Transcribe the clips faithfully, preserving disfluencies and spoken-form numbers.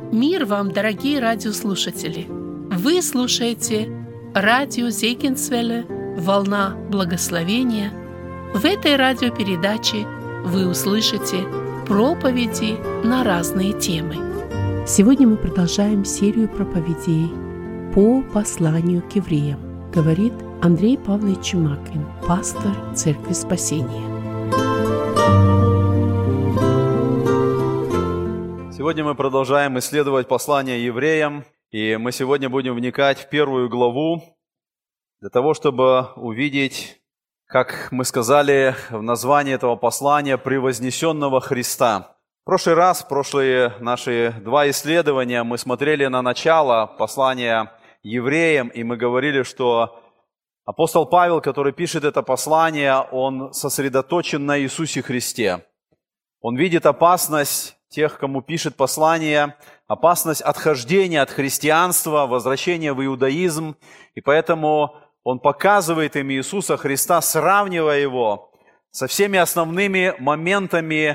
Мир вам, дорогие радиослушатели! Вы слушаете радио Зегенсвелле «Волна благословения». В этой радиопередаче вы услышите проповеди на разные темы. Сегодня мы продолжаем серию проповедей по посланию к евреям, говорит Андрей Павлович Чумакин, пастор Церкви Спасения. Сегодня мы продолжаем исследовать послание евреям, и мы сегодня будем вникать в первую главу для того, чтобы увидеть, как мы сказали в названии этого послания, «Превознесенного Христа». В прошлый раз, в прошлые наши два исследования мы смотрели на начало послания евреям, и мы говорили, что апостол Павел, который пишет это послание, он сосредоточен на Иисусе Христе. Он видит опасность тех, кому пишет послание, опасность отхождения от христианства, возвращения в иудаизм, и поэтому он показывает им Иисуса Христа, сравнивая его со всеми основными моментами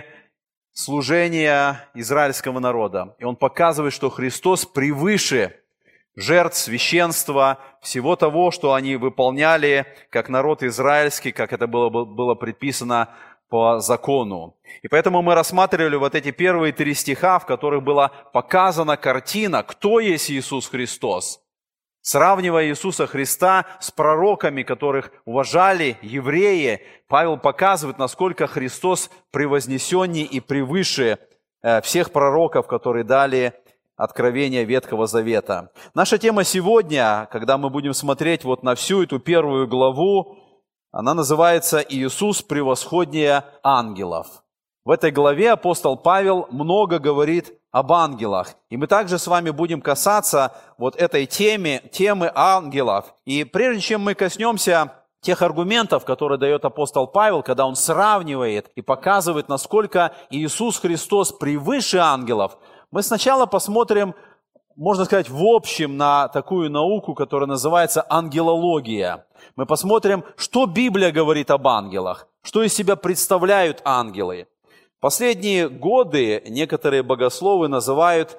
служения израильского народа. И он показывает, что Христос превыше жертв, священства, всего того, что они выполняли как народ израильский, как это было, было предписано по закону. И поэтому мы рассматривали вот эти первые три стиха, в которых была показана картина, кто есть Иисус Христос. Сравнивая Иисуса Христа с пророками, которых уважали евреи, Павел показывает, насколько Христос превознесенней и превыше всех пророков, которые дали откровение Ветхого Завета. Наша тема сегодня, когда мы будем смотреть вот на всю эту первую главу, она называется «Иисус превосходнее ангелов». В этой главе апостол Павел много говорит об ангелах. И мы также с вами будем касаться вот этой темы, темы ангелов. И прежде чем мы коснемся тех аргументов, которые дает апостол Павел, когда он сравнивает и показывает, насколько Иисус Христос превыше ангелов, мы сначала посмотрим, можно сказать, в общем на такую науку, которая называется ангелология. Мы посмотрим, что Библия говорит об ангелах, что из себя представляют ангелы. Последние годы некоторые богословы называют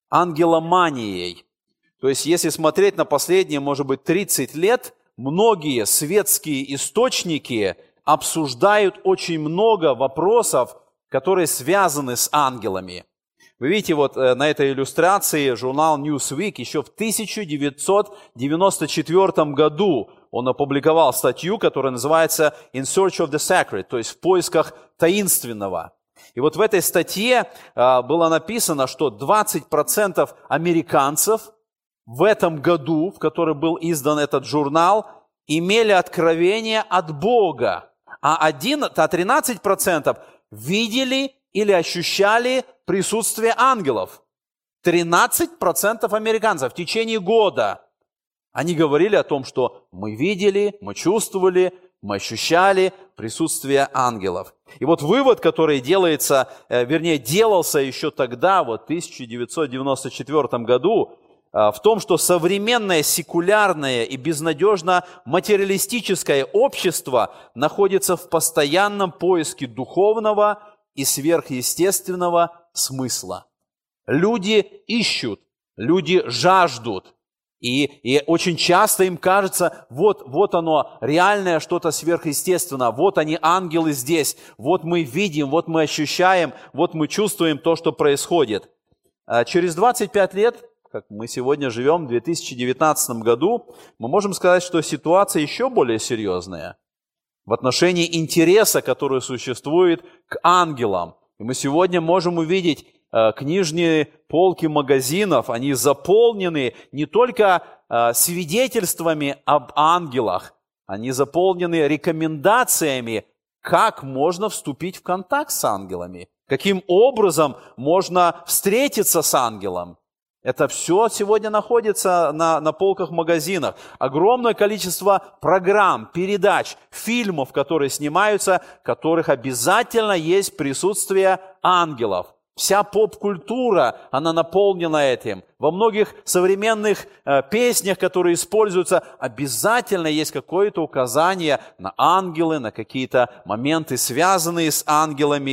ангеломанией. То есть, если смотреть на последние, может быть, тридцать лет, многие светские источники обсуждают очень много вопросов, которые связаны с ангелами. Вы видите, вот на этой иллюстрации журнал Newsweek еще в тысяча девятьсот девяносто четвёртом году он опубликовал статью, которая называется «In Search of the Sacred», то есть «В поисках таинственного». И вот в этой статье было написано, что двадцать процентов американцев в этом году, в который был издан этот журнал, имели откровение от Бога, а тринадцать процентов видели или ощущали присутствие ангелов. тринадцать процентов американцев в течение года. Они говорили о том, что мы видели, мы чувствовали, мы ощущали присутствие ангелов. И вот вывод, который делается, вернее, делался еще тогда, вот в тысяча девятьсот девяносто четвёртом году, в том, что современное секулярное и безнадежно материалистическое общество находится в постоянном поиске духовного и сверхъестественного смысла. Люди ищут, люди жаждут. И, и очень часто им кажется, вот, вот оно, реальное что-то сверхъестественное, вот они, ангелы здесь, вот мы видим, вот мы ощущаем, вот мы чувствуем то, что происходит. А через двадцать пять лет, как мы сегодня живем в две тысячи девятнадцатом году, мы можем сказать, что ситуация еще более серьезная в отношении интереса, который существует к ангелам. И мы сегодня можем увидеть э, книжные полки магазинов, они заполнены не только э, свидетельствами об ангелах, они заполнены рекомендациями, как можно вступить в контакт с ангелами, каким образом можно встретиться с ангелом. Это все сегодня находится на, на полках магазинов. Огромное количество программ, передач, фильмов, которые снимаются, в которых обязательно есть присутствие ангелов. Вся поп-культура, она наполнена этим. Во многих современных э, песнях, которые используются, обязательно есть какое-то указание на ангелы, на какие-то моменты, связанные с ангелами.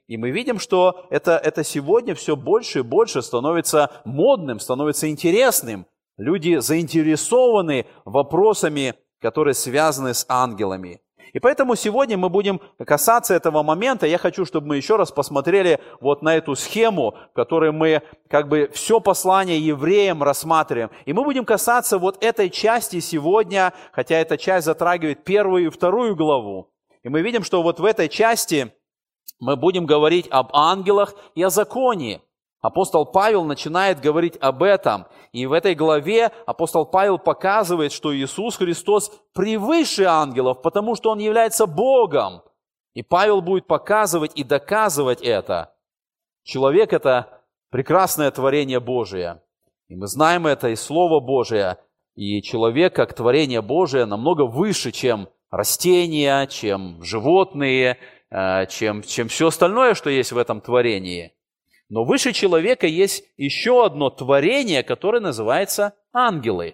И мы видим, что это, это сегодня все больше и больше становится модным, становится интересным. Люди заинтересованы вопросами, которые связаны с ангелами. И поэтому сегодня мы будем касаться этого момента. Я хочу, чтобы мы еще раз посмотрели вот на эту схему, в которой мы как бы все послание евреям рассматриваем. И мы будем касаться вот этой части сегодня, хотя эта часть затрагивает первую и вторую главу. И мы видим, что вот в этой части мы будем говорить об ангелах и о законе. Апостол Павел начинает говорить об этом. И в этой главе апостол Павел показывает, что Иисус Христос превыше ангелов, потому что Он является Богом. И Павел будет показывать и доказывать это. Человек – это прекрасное творение Божие. И мы знаем это из Слова Божия. И человек, как творение Божие, намного выше, чем растения, чем животные, чем, чем все остальное, что есть в этом творении. Но выше человека есть еще одно творение, которое называется ангелы.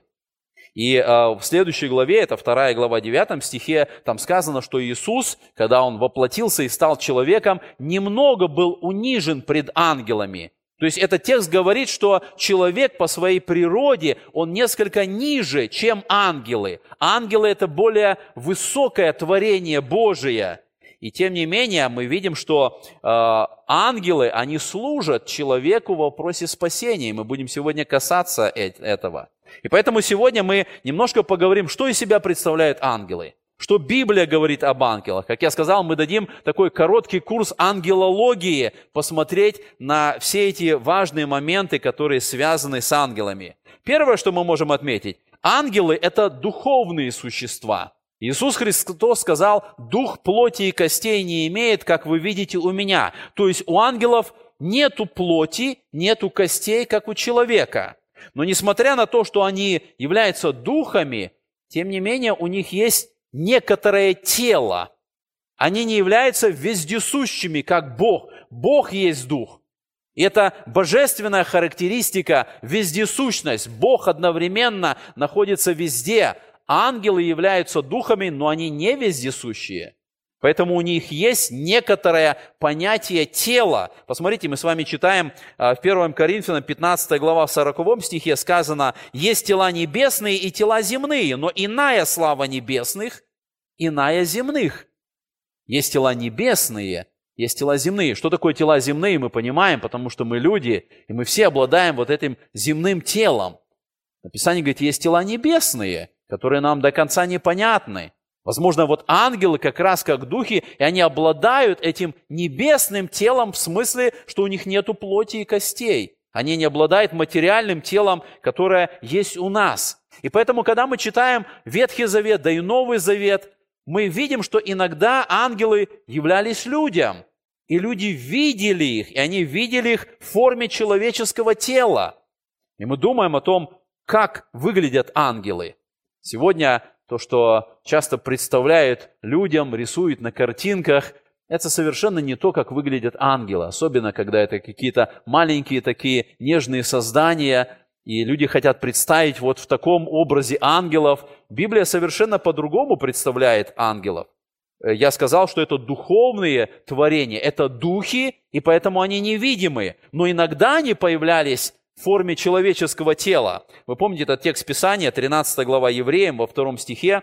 И э, в следующей главе, это вторая глава, девятом стихе, там сказано, что Иисус, когда Он воплотился и стал человеком, немного был унижен пред ангелами. То есть этот текст говорит, что человек по своей природе, он несколько ниже, чем ангелы. Ангелы – это более высокое творение Божие. И тем не менее, мы видим, что э, ангелы, они служат человеку в вопросе спасения. И мы будем сегодня касаться э- этого. И поэтому сегодня мы немножко поговорим, что из себя представляют ангелы. Что Библия говорит об ангелах. Как я сказал, мы дадим такой короткий курс ангелологии, посмотреть на все эти важные моменты, которые связаны с ангелами. Первое, что мы можем отметить, ангелы – это духовные существа. Иисус Христос сказал: «Дух плоти и костей не имеет, как вы видите у меня». То есть у ангелов нету плоти, нету костей, как у человека. Но несмотря на то, что они являются духами, тем не менее у них есть некоторое тело. Они не являются вездесущими, как Бог. Бог есть дух. И это божественная характеристика, вездесущность. Бог одновременно находится везде. Ангелы являются духами, но они не вездесущие. Поэтому у них есть некоторое понятие тела. Посмотрите, мы с вами читаем в первом Коринфянам пятнадцатой глава в сороковом стихе сказано: «Есть тела небесные и тела земные, но иная слава небесных, иная земных». Есть тела небесные, есть тела земные. Что такое тела земные, мы понимаем, потому что мы люди, и мы все обладаем вот этим земным телом. Написание говорит, есть тела небесные, которые нам до конца непонятны. Возможно, вот ангелы как раз как духи, и они обладают этим небесным телом в смысле, что у них нету плоти и костей. Они не обладают материальным телом, которое есть у нас. И поэтому, когда мы читаем Ветхий Завет, да и Новый Завет, мы видим, что иногда ангелы являлись людям. И люди видели их, и они видели их в форме человеческого тела. И мы думаем о том, как выглядят ангелы. Сегодня то, что часто представляют людям, рисуют на картинках, это совершенно не то, как выглядят ангелы. Особенно, когда это какие-то маленькие такие нежные создания, и люди хотят представить вот в таком образе ангелов. Библия совершенно по-другому представляет ангелов. Я сказал, что это духовные творения, это духи, и поэтому они невидимые. Но иногда они появлялись в форме человеческого тела. Вы помните этот текст Писания, тринадцатая глава Евреям, во втором стихе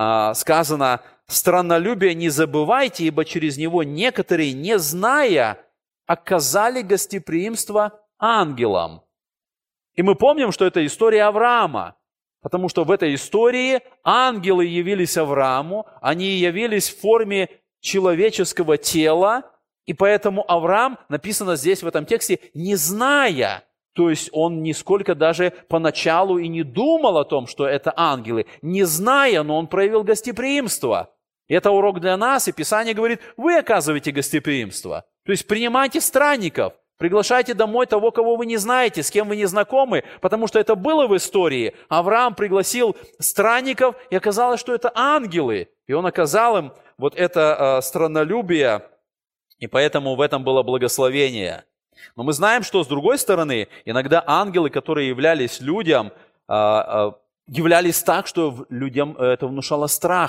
сказано: «Страннолюбие не забывайте, ибо через него некоторые, не зная, оказали гостеприимство ангелам». И мы помним, что это история Авраама, потому что в этой истории ангелы явились Аврааму, они явились в форме человеческого тела, и поэтому Авраам, написано здесь в этом тексте, не зная. То есть он нисколько даже поначалу и не думал о том, что это ангелы. Не зная, но он проявил гостеприимство. И это урок для нас, и Писание говорит, вы оказываете гостеприимство. То есть принимайте странников, приглашайте домой того, кого вы не знаете, с кем вы не знакомы, потому что это было в истории. Авраам пригласил странников, и оказалось, что это ангелы. И он оказал им вот это э, страннолюбие, и поэтому в этом было благословение. Но мы знаем, что с другой стороны, иногда ангелы, которые являлись людям, являлись так, что людям это внушало страх.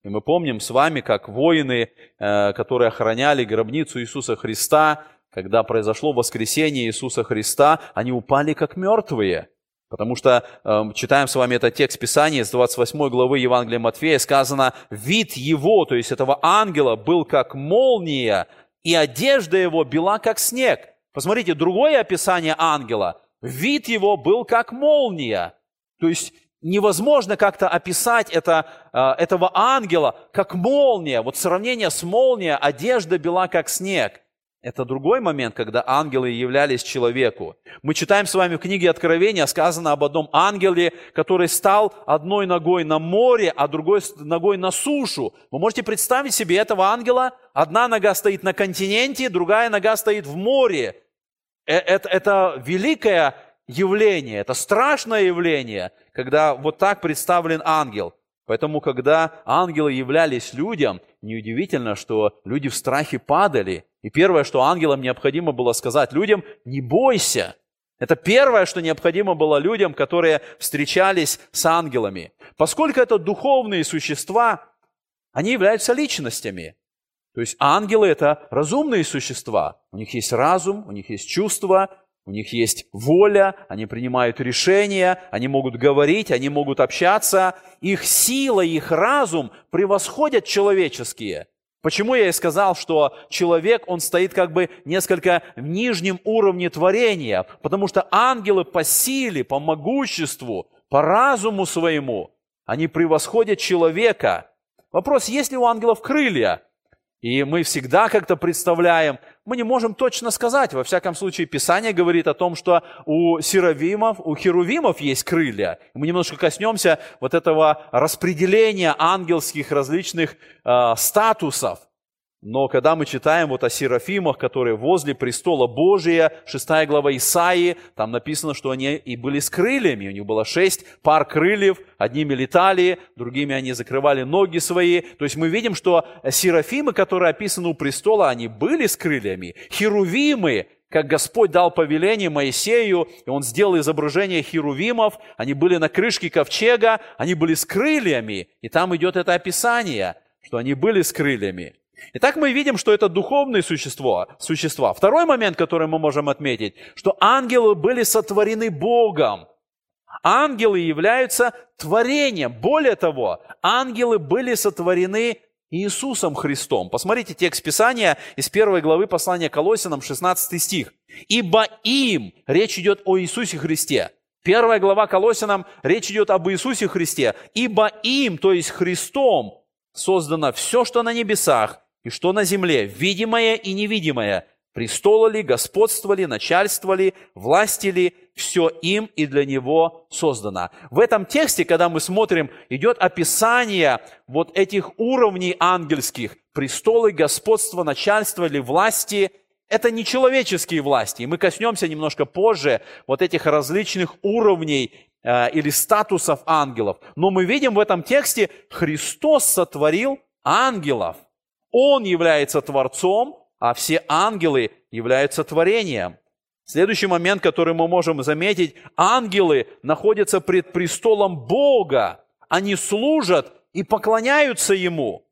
И мы помним с вами, как воины, которые охраняли гробницу Иисуса Христа, когда произошло воскресение Иисуса Христа, они упали как мертвые. Потому что, читаем с вами этот текст Писания из двадцать восьмой главы Евангелия Матфея, сказано, вид его, то есть этого ангела, был как молния, и одежда его бела как снег. Посмотрите, другое описание ангела. Вид его был как молния. То есть невозможно как-то описать это, этого ангела как молния. Вот сравнение с молнией, одежда бела как снег. Это другой момент, когда ангелы являлись человеку. Мы читаем с вами в книге Откровения, сказано об одном ангеле, который стал одной ногой на море, а другой ногой на сушу. Вы можете представить себе этого ангела? Одна нога стоит на континенте, другая нога стоит в море. Это, это великое явление, это страшное явление, когда вот так представлен ангел. Поэтому, когда ангелы являлись людям, неудивительно, что люди в страхе падали. И первое, что ангелам необходимо было сказать людям, не бойся. Это первое, что необходимо было людям, которые встречались с ангелами. Поскольку это духовные существа, они являются личностями. То есть ангелы – это разумные существа. У них есть разум, у них есть чувства, у них есть воля, они принимают решения, они могут говорить, они могут общаться. Их сила, их разум превосходят человеческие. Почему я и сказал, что человек, он стоит как бы несколько в нижнем уровне творения? Потому что ангелы по силе, по могуществу, по разуму своему, они превосходят человека. Вопрос, есть ли у ангелов крылья? И мы всегда как-то представляем, мы не можем точно сказать. Во всяком случае, Писание говорит о том, что у серафимов, у херувимов есть крылья. Мы немножко коснемся вот этого распределения ангельских различных э, статусов. Но когда мы читаем вот о серафимах, которые возле престола Божия, шестая глава Исаии, там написано, что они и были с крыльями. У них было шесть пар крыльев, одними летали, другими они закрывали ноги свои. То есть мы видим, что серафимы, которые описаны у престола, они были с крыльями. Херувимы, как Господь дал повеление Моисею, и Он сделал изображение херувимов, они были на крышке ковчега, они были с крыльями. И там идет это описание, что они были с крыльями. Итак, мы видим, что это духовные существа. существа. Второй момент, который мы можем отметить, что ангелы были сотворены Богом. Ангелы являются творением. Более того, ангелы были сотворены Иисусом Христом. Посмотрите текст Писания из первой главы послания Колоссянам, шестнадцатый стих. «Ибо им», речь идет о Иисусе Христе. Первая глава Колоссянам, речь идет об Иисусе Христе. «Ибо им», то есть Христом, создано все, что на небесах, и что на земле, видимое и невидимое, престолы ли, господство ли, начальство ли, власти ли, все им и для него создано. В этом тексте, когда мы смотрим, идет описание вот этих уровней ангельских, престолы, господство, начальство или власти. Это не человеческие власти, и мы коснемся немножко позже вот этих различных уровней э, или статусов ангелов. Но мы видим в этом тексте, Христос сотворил ангелов. Он является Творцом, а все ангелы являются творением. Следующий момент, который мы можем заметить, ангелы находятся пред престолом Бога. Они служат и поклоняются Ему.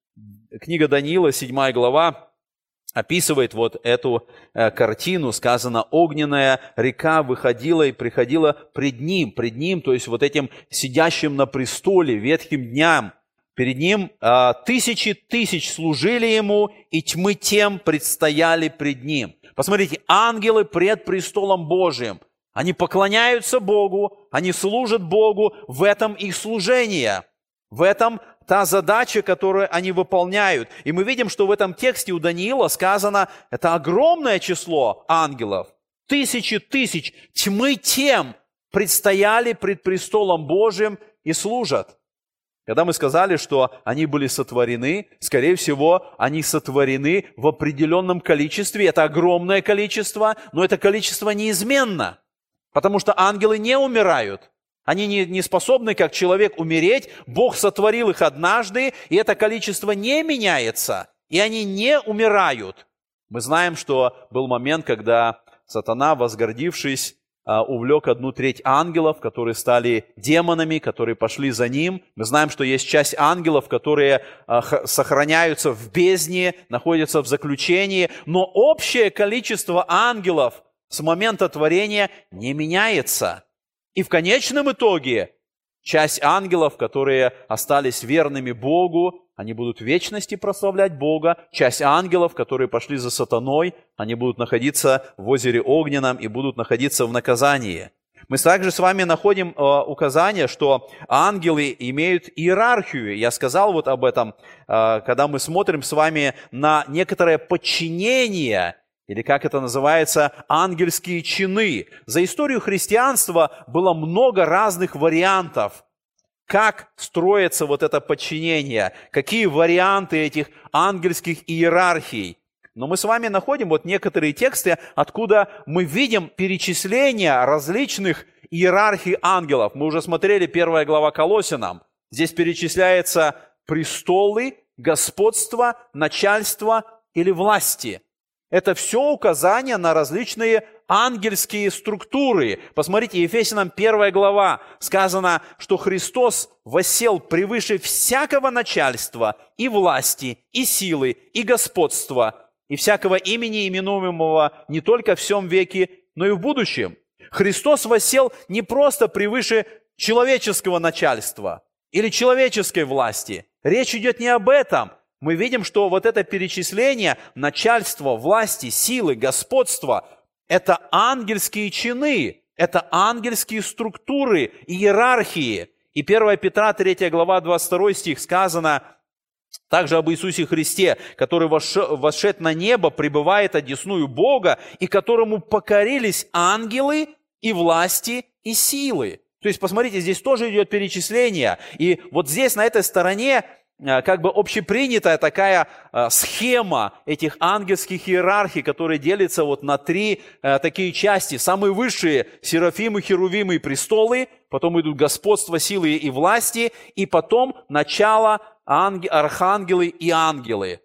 Книга Даниила, седьмая глава, описывает вот эту э, картину. Сказано, огненная река выходила и приходила пред Ним. Пред Ним, то есть вот этим сидящим на престоле, ветхим дням. Перед Ним э, тысячи тысяч служили Ему, и тьмы тем предстояли пред Ним. Посмотрите, ангелы пред престолом Божиим. Они поклоняются Богу, они служат Богу, в этом их служение. В этом та задача, которую они выполняют. И мы видим, что в этом тексте у Даниила сказано, это огромное число ангелов. Тысячи тысяч тьмы тем предстояли пред престолом Божиим и служат. Когда мы сказали, что они были сотворены, скорее всего, они сотворены в определенном количестве. Это огромное количество, но это количество неизменно. Потому что ангелы не умирают. Они не, не способны, как человек, умереть. Бог сотворил их однажды, и это количество не меняется. И они не умирают. Мы знаем, что был момент, когда сатана, возгордившись, увлек одну треть ангелов, которые стали демонами, которые пошли за ним. Мы знаем, что есть часть ангелов, которые сохраняются в бездне, находятся в заключении, но общее количество ангелов с момента творения не меняется. И в конечном итоге часть ангелов, которые остались верными Богу, они будут в вечности прославлять Бога. Часть ангелов, которые пошли за сатаной, они будут находиться в озере Огненном и будут находиться в наказании. Мы также с вами находим э, указание, что ангелы имеют иерархию. Я сказал вот об этом, э, когда мы смотрим с вами на некоторое подчинение, или как это называется, ангельские чины. За историю христианства было много разных вариантов, как строится вот это подчинение, какие варианты этих ангельских иерархий. Но мы с вами находим вот некоторые тексты, откуда мы видим перечисление различных иерархий ангелов. Мы уже смотрели первая глава Колоссянам. Здесь перечисляются престолы, господство, начальство или власти. Это все указания на различные ангельские структуры. Посмотрите, Ефесянам первая глава сказано, что Христос воссел превыше всякого начальства и власти, и силы, и господства, и всякого имени, именуемого не только в сем веке, но и в будущем. Христос воссел не просто превыше человеческого начальства или человеческой власти. Речь идет не об этом. Мы видим, что вот это перечисление начальства, власти, силы, господства – это ангельские чины, это ангельские структуры, иерархии. И первая Петра, третья глава, двадцать второй стих сказано также об Иисусе Христе, который восшед на небо, пребывает одесную Бога, и которому покорились ангелы и власти и силы. То есть, посмотрите, здесь тоже идет перечисление. И вот здесь, на этой стороне, как бы общепринятая такая схема этих ангельских иерархий, которые делятся вот на три такие части. Самые высшие – серафимы, херувимы и престолы, потом идут господство, силы и власти, и потом начало архангелы и ангелы.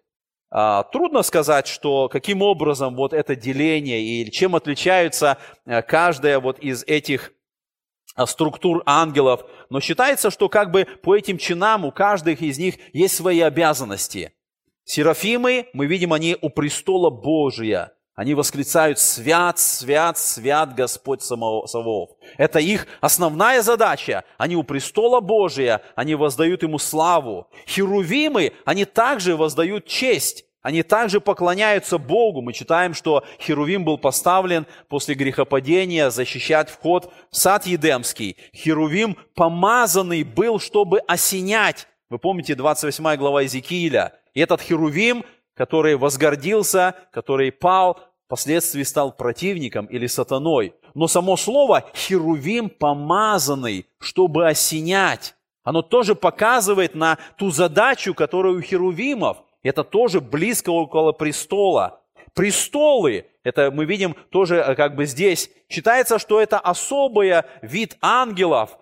Трудно сказать, что каким образом вот это деление и чем отличаются каждая вот из этих структур ангелов, но считается, что как бы по этим чинам у каждого из них есть свои обязанности. Серафимы, мы видим, они у престола Божия. Они восклицают «Свят, свят, свят Господь Саваоф». Это их основная задача. Они у престола Божия, они воздают Ему славу. Херувимы, они также воздают честь. Они также поклоняются Богу. Мы читаем, что Херувим был поставлен после грехопадения защищать вход в сад Едемский. Херувим помазанный был, чтобы осенять. Вы помните двадцать восьмая глава Иезекииля. И этот Херувим, который возгордился, который пал, впоследствии стал противником или сатаной. Но само слово «херувим помазанный», чтобы осенять, оно тоже показывает на ту задачу, которую у херувимов. Это тоже близко около престола. Престолы, это мы видим тоже как бы здесь, считается, что это особый вид ангелов,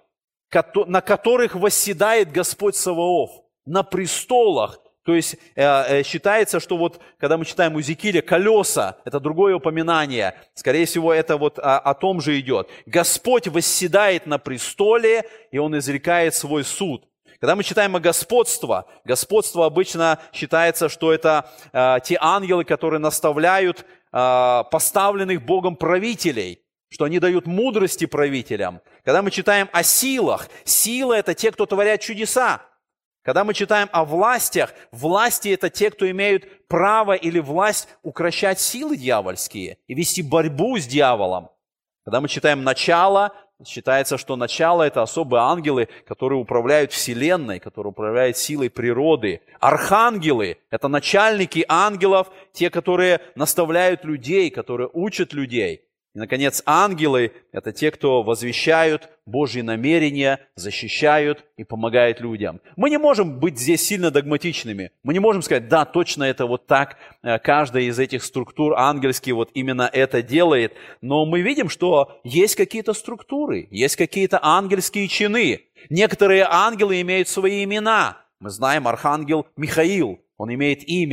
на которых восседает Господь Саваоф, на престолах. То есть э, считается, что вот, когда мы читаем у Иезекииля колеса, это другое упоминание, скорее всего, это вот о, о том же идет. Господь восседает на престоле, и Он изрекает свой суд. Когда мы читаем о господстве, господство обычно считается, что это э, те ангелы, которые наставляют э, поставленных Богом правителей, что они дают мудрости правителям. Когда мы читаем о силах, силы – это те, кто творят чудеса. Когда мы читаем о властях, власти – это те, кто имеют право или власть укрощать силы дьявольские и вести борьбу с дьяволом. Когда мы читаем начало, считается, что начало – это особые ангелы, которые управляют вселенной, которые управляют силой природы. Архангелы – это начальники ангелов, те, которые наставляют людей, которые учат людей. И, наконец, ангелы – это те, кто возвещают Божьи намерения, защищают и помогают людям. Мы не можем быть здесь сильно догматичными. Мы не можем сказать, да, точно это вот так, каждая из этих структур ангельских вот именно это делает. Но мы видим, что есть какие-то структуры, есть какие-то ангельские чины. Некоторые ангелы имеют свои имена. Мы знаем архангел Михаил, он имеет имя.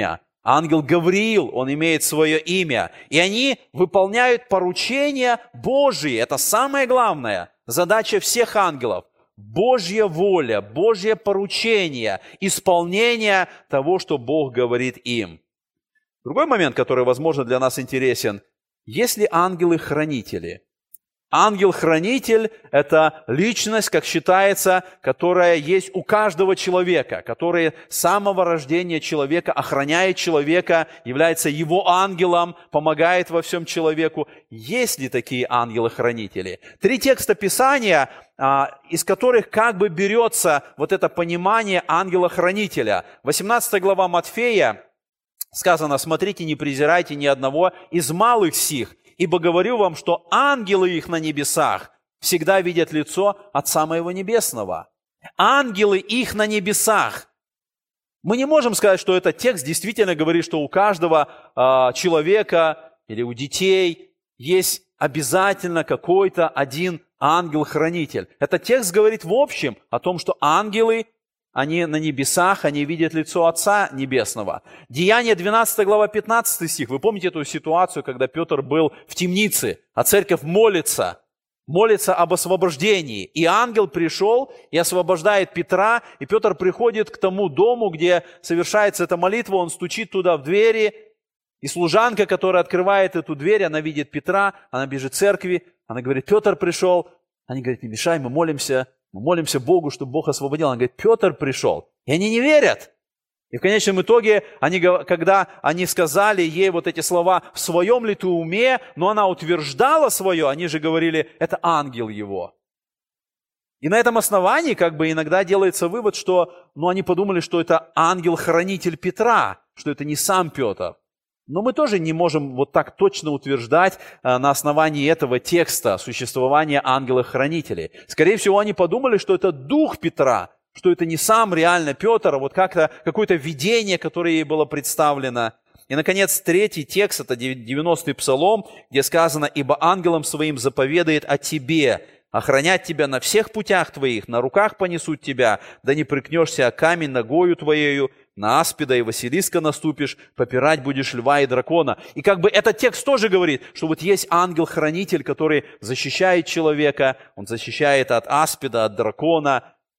Ангел Гавриил, он имеет свое имя. И они выполняют поручения Божьи. Это самое главное. Задача всех ангелов. Божья воля, Божье поручение, исполнение того, что Бог говорит им. Другой момент, который, возможно, для нас интересен. Есть ли ангелы-хранители? Ангел-хранитель – это личность, как считается, которая есть у каждого человека, которая с самого рождения человека охраняет человека, является его ангелом, помогает во всем человеку. Есть ли такие ангелы-хранители? Три текста Писания, из которых как бы берется вот это понимание ангела-хранителя. восемнадцатая глава Матфея сказано: «Смотрите, не презирайте ни одного из малых сих, ибо говорю вам, что ангелы их на небесах всегда видят лицо Отца Моего Небесного». Ангелы их на небесах. Мы не можем сказать, что этот текст действительно говорит, что у каждого э, человека или у детей есть обязательно какой-то один ангел-хранитель. Этот текст говорит в общем о том, что ангелы, они на небесах, они видят лицо Отца Небесного. Деяние двенадцатая глава, пятнадцатый стих. Вы помните эту ситуацию, когда Петр был в темнице, а церковь молится, молится об освобождении. И ангел пришел и освобождает Петра, и Петр приходит к тому дому, где совершается эта молитва, он стучит туда в двери, и служанка, которая открывает эту дверь, она видит Петра, она бежит к церкви, она говорит: Петр пришел. Они говорят: не мешай, мы молимся. Мы молимся Богу, чтобы Бог освободил. Он говорит: Петр пришел. И они не верят. И в конечном итоге, они, когда они сказали ей вот эти слова: в своем ли ты уме, но она утверждала свое, они же говорили: это ангел его. И на этом основании как бы иногда делается вывод, что ну, они подумали, что это ангел-хранитель Петра, что это не сам Петр. Но мы тоже не можем вот так точно утверждать на основании этого текста существование ангелов-хранителей. Скорее всего, они подумали, что это дух Петра, что это не сам реально Петр, а вот как-то какое-то видение, которое ей было представлено. И, наконец, третий текст, это девяностый псалом, где сказано: «Ибо ангелом своим заповедает о тебе, охранять тебя на всех путях твоих, на руках понесут тебя, да не прикнешься о камень ногою твоею, на аспида и Василиска наступишь, попирать будешь льва и дракона». И как бы этот текст тоже говорит, что вот есть ангел-хранитель, который защищает человека, он защищает от аспида, от дракона.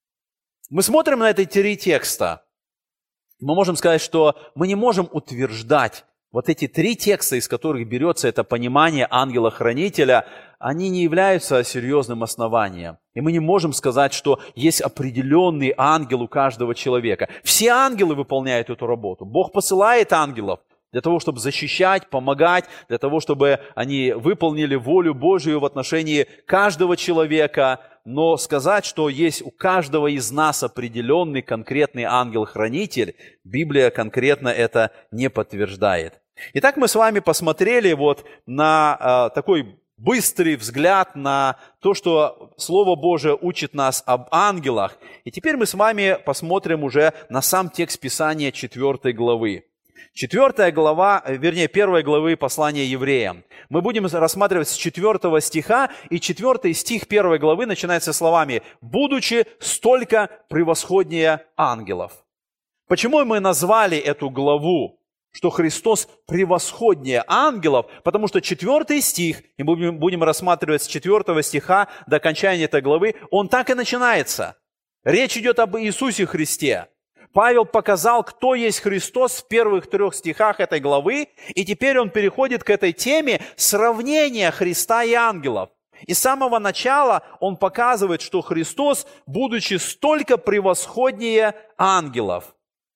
Мы смотрим на эти три текста. Мы можем сказать, что мы не можем утверждать, вот эти три текста, из которых берется это понимание ангела-хранителя, они не являются серьезным основанием. И мы не можем сказать, что есть определенный ангел у каждого человека. Все ангелы выполняют эту работу. Бог посылает ангелов для того, чтобы защищать, помогать, для того, чтобы они выполнили волю Божию в отношении каждого человека. Но сказать, что есть у каждого из нас определенный конкретный ангел-хранитель, Библия конкретно это не подтверждает. Итак, мы с вами посмотрели вот на э, такой быстрый взгляд на то, что Слово Божие учит нас об ангелах. И теперь мы с вами посмотрим уже на сам текст Писания четвёртой главы. Четвертая глава, вернее, первой главы послания евреям. Мы будем рассматривать с четвертого стиха, и четвертый стих первой главы начинается словами: «Будучи столько превосходнее ангелов». Почему мы назвали эту главу, что Христос превосходнее ангелов? Потому что четвертый стих, и мы будем рассматривать с четвертого стиха до окончания этой главы, он так и начинается. Речь идет об Иисусе Христе. Павел показал, кто есть Христос в первых трех стихах этой главы, и теперь он переходит к этой теме сравнения Христа и ангелов. И с самого начала он показывает, что Христос, будучи столько превосходнее ангелов.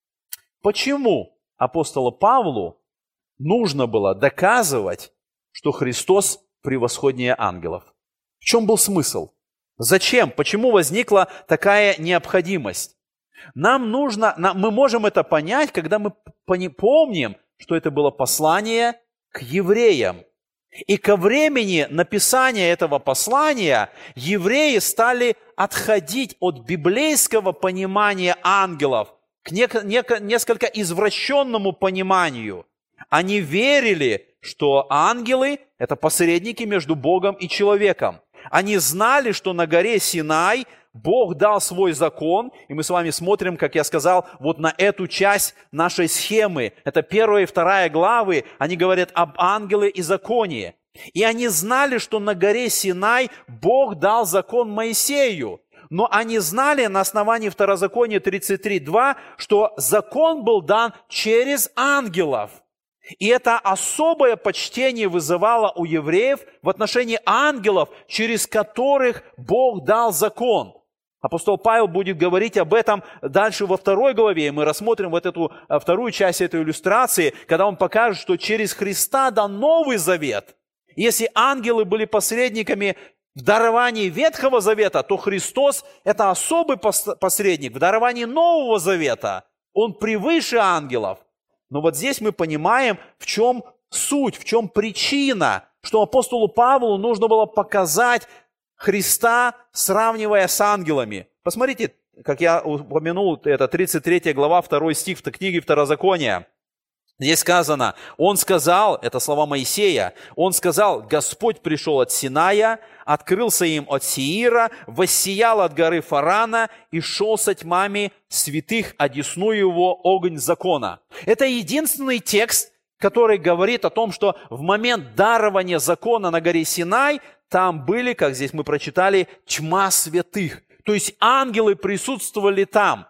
Почему апостолу Павлу нужно было доказывать, что Христос превосходнее ангелов? В чем был смысл? Зачем? Почему возникла такая необходимость? Нам нужно, мы можем это понять, когда мы помним, что это было послание к евреям. И ко времени написания этого послания евреи стали отходить от библейского понимания ангелов к несколько извращенному пониманию. Они верили, что ангелы – это посредники между Богом и человеком. Они знали, что на горе Синай Бог дал свой закон, и мы с вами смотрим, как я сказал, вот на эту часть нашей схемы. Это первая и вторая главы, они говорят об ангеле и законе. И они знали, что на горе Синай Бог дал закон Моисею. Но они знали на основании Второзакония тридцать три два, что закон был дан через ангелов. И это особое почтение вызывало у евреев в отношении ангелов, через которых Бог дал закон. Апостол Павел будет говорить об этом дальше во второй главе, и мы рассмотрим вот эту вторую часть этой иллюстрации, когда он покажет, что через Христа дан Новый Завет. Если ангелы были посредниками в даровании Ветхого Завета, то Христос – это особый посредник в даровании Нового Завета. Он превыше ангелов. Но вот здесь мы понимаем, в чем суть, в чем причина, что апостолу Павлу нужно было показать Христа, сравнивая с ангелами. Посмотрите, как я упомянул, это тридцать третья глава, второй стих в книге Второзакония. Здесь сказано, он сказал, это слова Моисея, он сказал, Господь пришел от Синая, открылся им от Сеира, воссиял от горы Фарана и шел со тьмами святых, одесную его огонь закона. Это единственный текст, который говорит о том, что в момент дарования закона на горе Синай, там были, как здесь мы прочитали, тьма святых. То есть ангелы присутствовали там.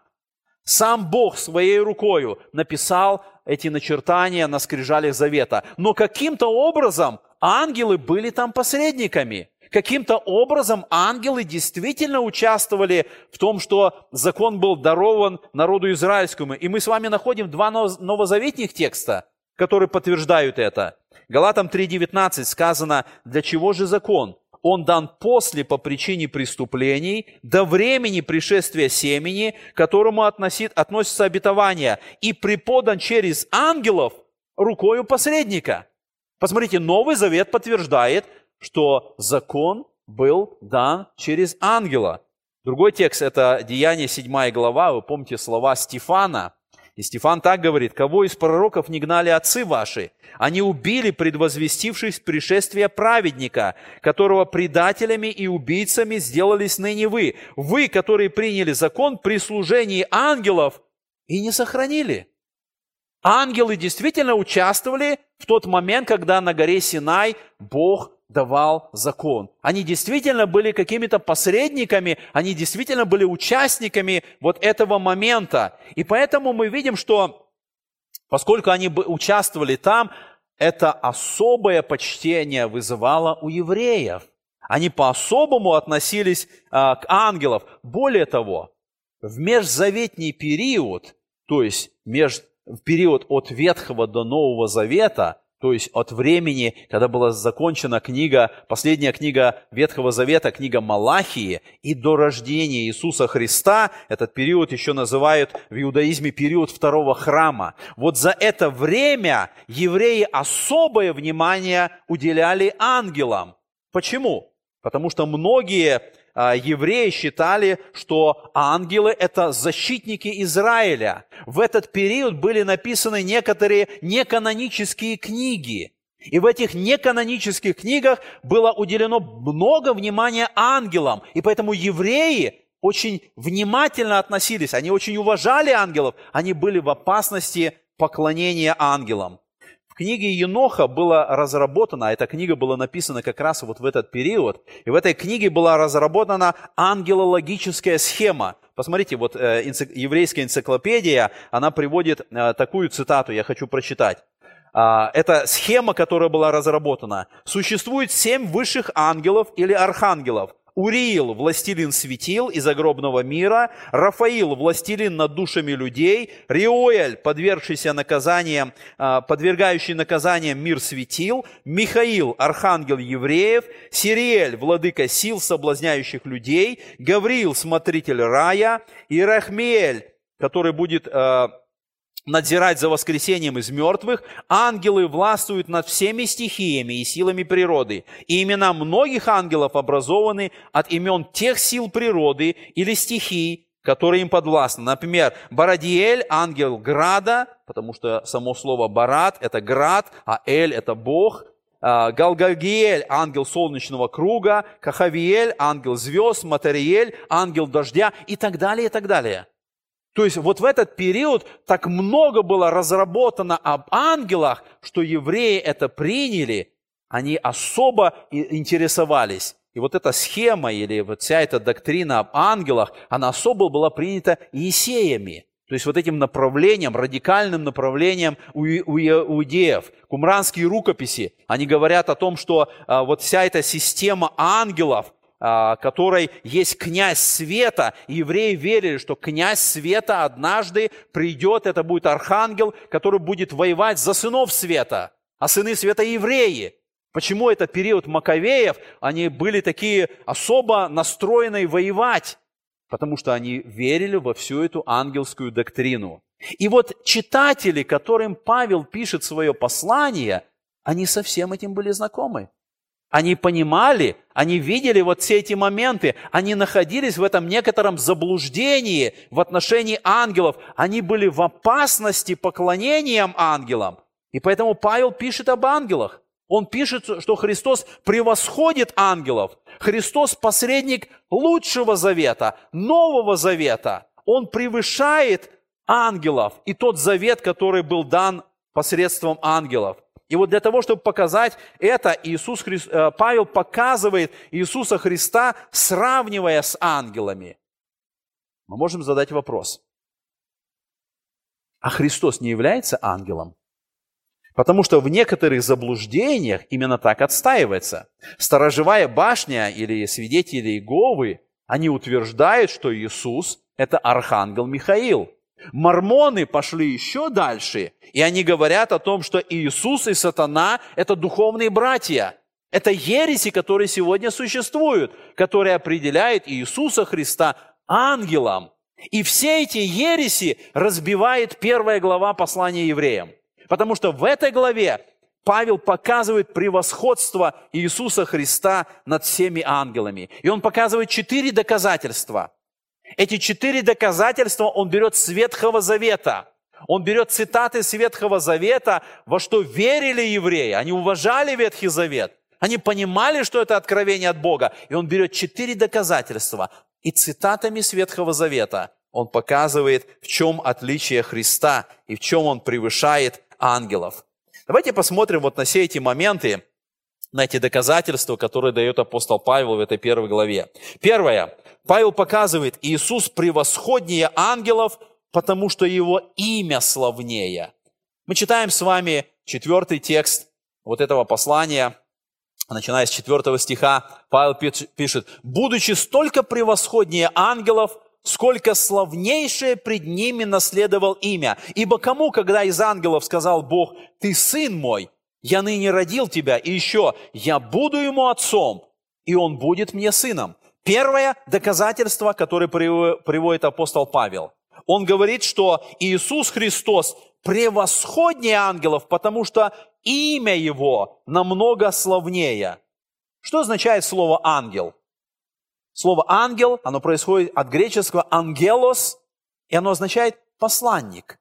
Сам Бог своей рукою написал эти начертания на скрижалях завета. Но каким-то образом ангелы были там посредниками. Каким-то образом ангелы действительно участвовали в том, что закон был дарован народу израильскому. И мы с вами находим два новозаветных текста, которые подтверждают это. Галатам три девятнадцать сказано, для чего же закон? Он дан после по причине преступлений, до времени пришествия семени, к которому относит, относится обетование, и преподан через ангелов рукою посредника. Посмотрите, Новый Завет подтверждает, что закон был дан через ангела. Другой текст – это Деяния седьмая глава, вы помните слова Стефана. И Стефан так говорит, «Кого из пророков не гнали отцы ваши? Они убили предвозвестившись пришествие праведника, которого предателями и убийцами сделались ныне вы. Вы, которые приняли закон при служении ангелов и не сохранили». Ангелы действительно участвовали в тот момент, когда на горе Синай Бог давал закон. Они действительно были какими-то посредниками, они действительно были участниками вот этого момента. И поэтому мы видим, что поскольку они участвовали там, это особое почтение вызывало у евреев. Они по-особому относились а, к ангелам. Более того, в межзаветний период, то есть меж, в период от Ветхого до Нового Завета, то есть от времени, когда была закончена книга, последняя книга Ветхого Завета, книга Малахии, и до рождения Иисуса Христа, этот период еще называют в иудаизме период второго храма. Вот за это время евреи особое внимание уделяли ангелам. Почему? Потому что многие а, евреи считали, что ангелы – это защитники Израиля. В этот период были написаны некоторые неканонические книги. И в этих неканонических книгах было уделено много внимания ангелам. И поэтому евреи очень внимательно относились, они очень уважали ангелов, они были в опасности поклонения ангелам. В книге Еноха была разработана, эта книга была написана как раз вот в этот период, и в этой книге была разработана ангелологическая схема. Посмотрите, вот э, энцик, еврейская энциклопедия, она приводит э, такую цитату, я хочу прочитать. А, это схема, которая была разработана. Существует семь высших ангелов или архангелов. Уриил – властелин светил и загробного мира, Рафаил – властелин над душами людей, Риоэль – подвергшийся наказаниям, подвергающий наказаниям мир светил, Михаил – архангел евреев, Сириэль – владыка сил, соблазняющих людей, Гавриил – смотритель рая, Ирахмиэль, который будет надзирать за воскресением из мертвых, ангелы властвуют над всеми стихиями и силами природы. И имена многих ангелов образованы от имен тех сил природы или стихий, которые им подвластны. Например, Барадиэль – ангел града, потому что само слово «барад» – это град, а «эль» – это Бог. Галгагиэль – ангел солнечного круга, Кахавиэль – ангел звезд, Матариэль – ангел дождя и так далее, и так далее. То есть вот в этот период так много было разработано об ангелах, что евреи это приняли, они особо интересовались. И вот эта схема или вот вся эта доктрина об ангелах, она особо была принята иесеями. То есть вот этим направлением, радикальным направлением у иудеев. Кумранские рукописи, они говорят о том, что а, вот вся эта система ангелов, а, которой есть князь света, и евреи верили, что князь света однажды придет, это будет архангел, который будет воевать за сынов света, а сыны света евреи. Почему это период Маковеев, они были такие особо настроенные воевать? Потому что они верили во всю эту ангельскую доктрину. И вот читатели, которым Павел пишет свое послание, они со всем этим были знакомы. Они понимали, они видели вот все эти моменты, они находились в этом некотором заблуждении в отношении ангелов, они были в опасности поклонением ангелам. И поэтому Павел пишет об ангелах. Он пишет, что Христос превосходит ангелов. Христос посредник лучшего завета, нового завета. Он превышает ангелов и тот завет, который был дан посредством ангелов. И вот для того, чтобы показать это, Иисус Хри... Павел показывает Иисуса Христа, сравнивая с ангелами. Мы можем задать вопрос. А Христос не является ангелом? Потому что в некоторых заблуждениях именно так отстаивается. Сторожевая башня или свидетели Иеговы, они утверждают, что Иисус – это архангел Михаил. Мормоны пошли еще дальше, и они говорят о том, что Иисус и сатана – это духовные братья. Это ереси, которые сегодня существуют, которые определяют Иисуса Христа ангелом. И все эти ереси разбивает первая глава послания евреям. Потому что в этой главе Павел показывает превосходство Иисуса Христа над всеми ангелами. И он показывает четыре доказательства. Эти четыре доказательства он берет с Ветхого Завета. Он берет цитаты с Ветхого Завета, во что верили евреи. Они уважали Ветхий Завет. Они понимали, что это откровение от Бога. И он берет четыре доказательства. И цитатами с Ветхого Завета он показывает, в чем отличие Христа и в чем он превышает ангелов. Давайте посмотрим вот на все эти моменты, на эти доказательства, которые дает апостол Павел в этой первой главе. Первое. Павел показывает, Иисус превосходнее ангелов, потому что Его имя славнее. Мы читаем с вами четвертый текст вот этого послания, начиная с четвертого стиха. Павел пишет: «Будучи столько превосходнее ангелов, сколько славнейшее пред ними наследовал имя. Ибо кому, когда из ангелов сказал Бог: Ты сын мой, я ныне родил тебя, и еще я буду ему отцом, и он будет мне сыном». Первое доказательство, которое приводит апостол Павел. Он говорит, что Иисус Христос превосходнее ангелов, потому что имя Его намного славнее. Что означает слово «ангел»? Слово «ангел», оно происходит от греческого «ангелос», и оно означает «посланник».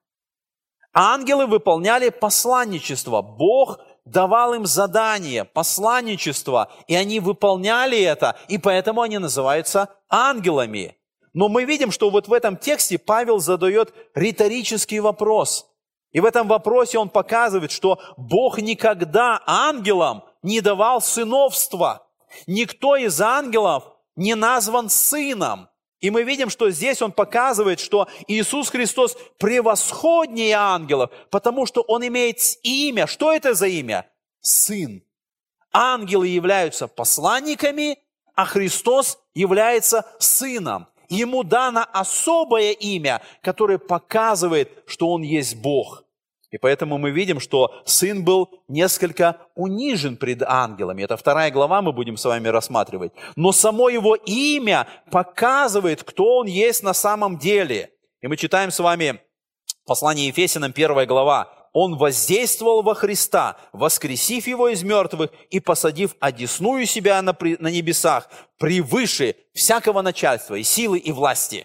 Ангелы выполняли посланничество. Бог давал им задание, посланничество, и они выполняли это, и поэтому они называются ангелами. Но мы видим, что вот в этом тексте Павел задает риторический вопрос. И в этом вопросе он показывает, что Бог никогда ангелам не давал сыновства. Никто из ангелов не назван сыном. И мы видим, что здесь он показывает, что Иисус Христос превосходнее ангелов, потому что он имеет имя. Что это за имя? Сын. Ангелы являются посланниками, а Христос является сыном. Ему дано особое имя, которое показывает, что он есть Бог. И поэтому мы видим, что сын был несколько унижен пред ангелами. Это вторая глава мы будем с вами рассматривать. Но само его имя показывает, кто он есть на самом деле. И мы читаем с вами послание Ефесянам, первая глава. «Он воздействовал во Христа, воскресив Его из мертвых и посадив одесную себя на, на небесах, превыше всякого начальства и силы и власти».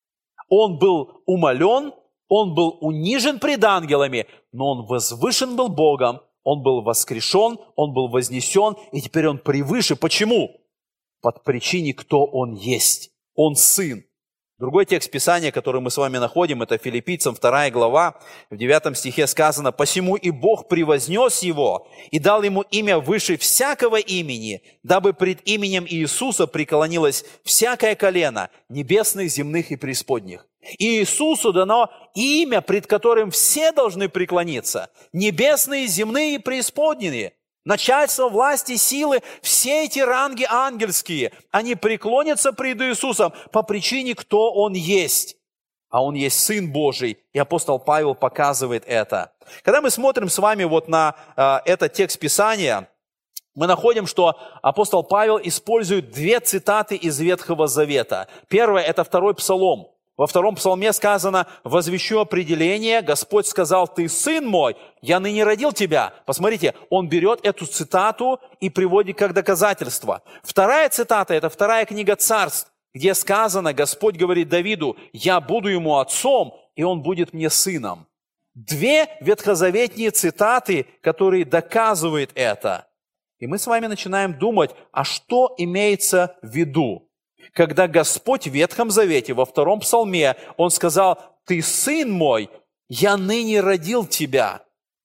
Он был умолен, он был унижен пред ангелами, но он возвышен был Богом, Он был воскрешен, Он был вознесен, и теперь Он превыше. Почему? По причине, кто Он есть. Он Сын. Другой текст Писания, который мы с вами находим, это Филиппийцам вторая глава, в девятом стихе сказано: «Посему и Бог превознес Его и дал Ему имя выше всякого имени, дабы пред именем Иисуса преклонилось всякое колено небесных, земных и преисподних». И Иисусу дано имя, пред которым все должны преклониться, небесные, земные и преисподние. Начальство, власти, силы, все эти ранги ангельские, они преклонятся пред Иисусом по причине, кто Он есть. А Он есть Сын Божий, и апостол Павел показывает это. Когда мы смотрим с вами вот на э, этот текст Писания, мы находим, что апостол Павел использует две цитаты из Ветхого Завета. Первое – это второй Псалом. Во втором псалме сказано: «Возвещу определение, Господь сказал, ты сын мой, я ныне родил тебя». Посмотрите, он берет эту цитату и приводит как доказательство. Вторая цитата – это вторая книга Царств, где сказано, Господь говорит Давиду: «Я буду ему отцом, и он будет мне сыном». Две ветхозаветные цитаты, которые доказывают это. И мы с вами начинаем думать, а что имеется в виду? Когда Господь в Ветхом Завете, во втором псалме, Он сказал: «Ты сын мой, я ныне родил тебя».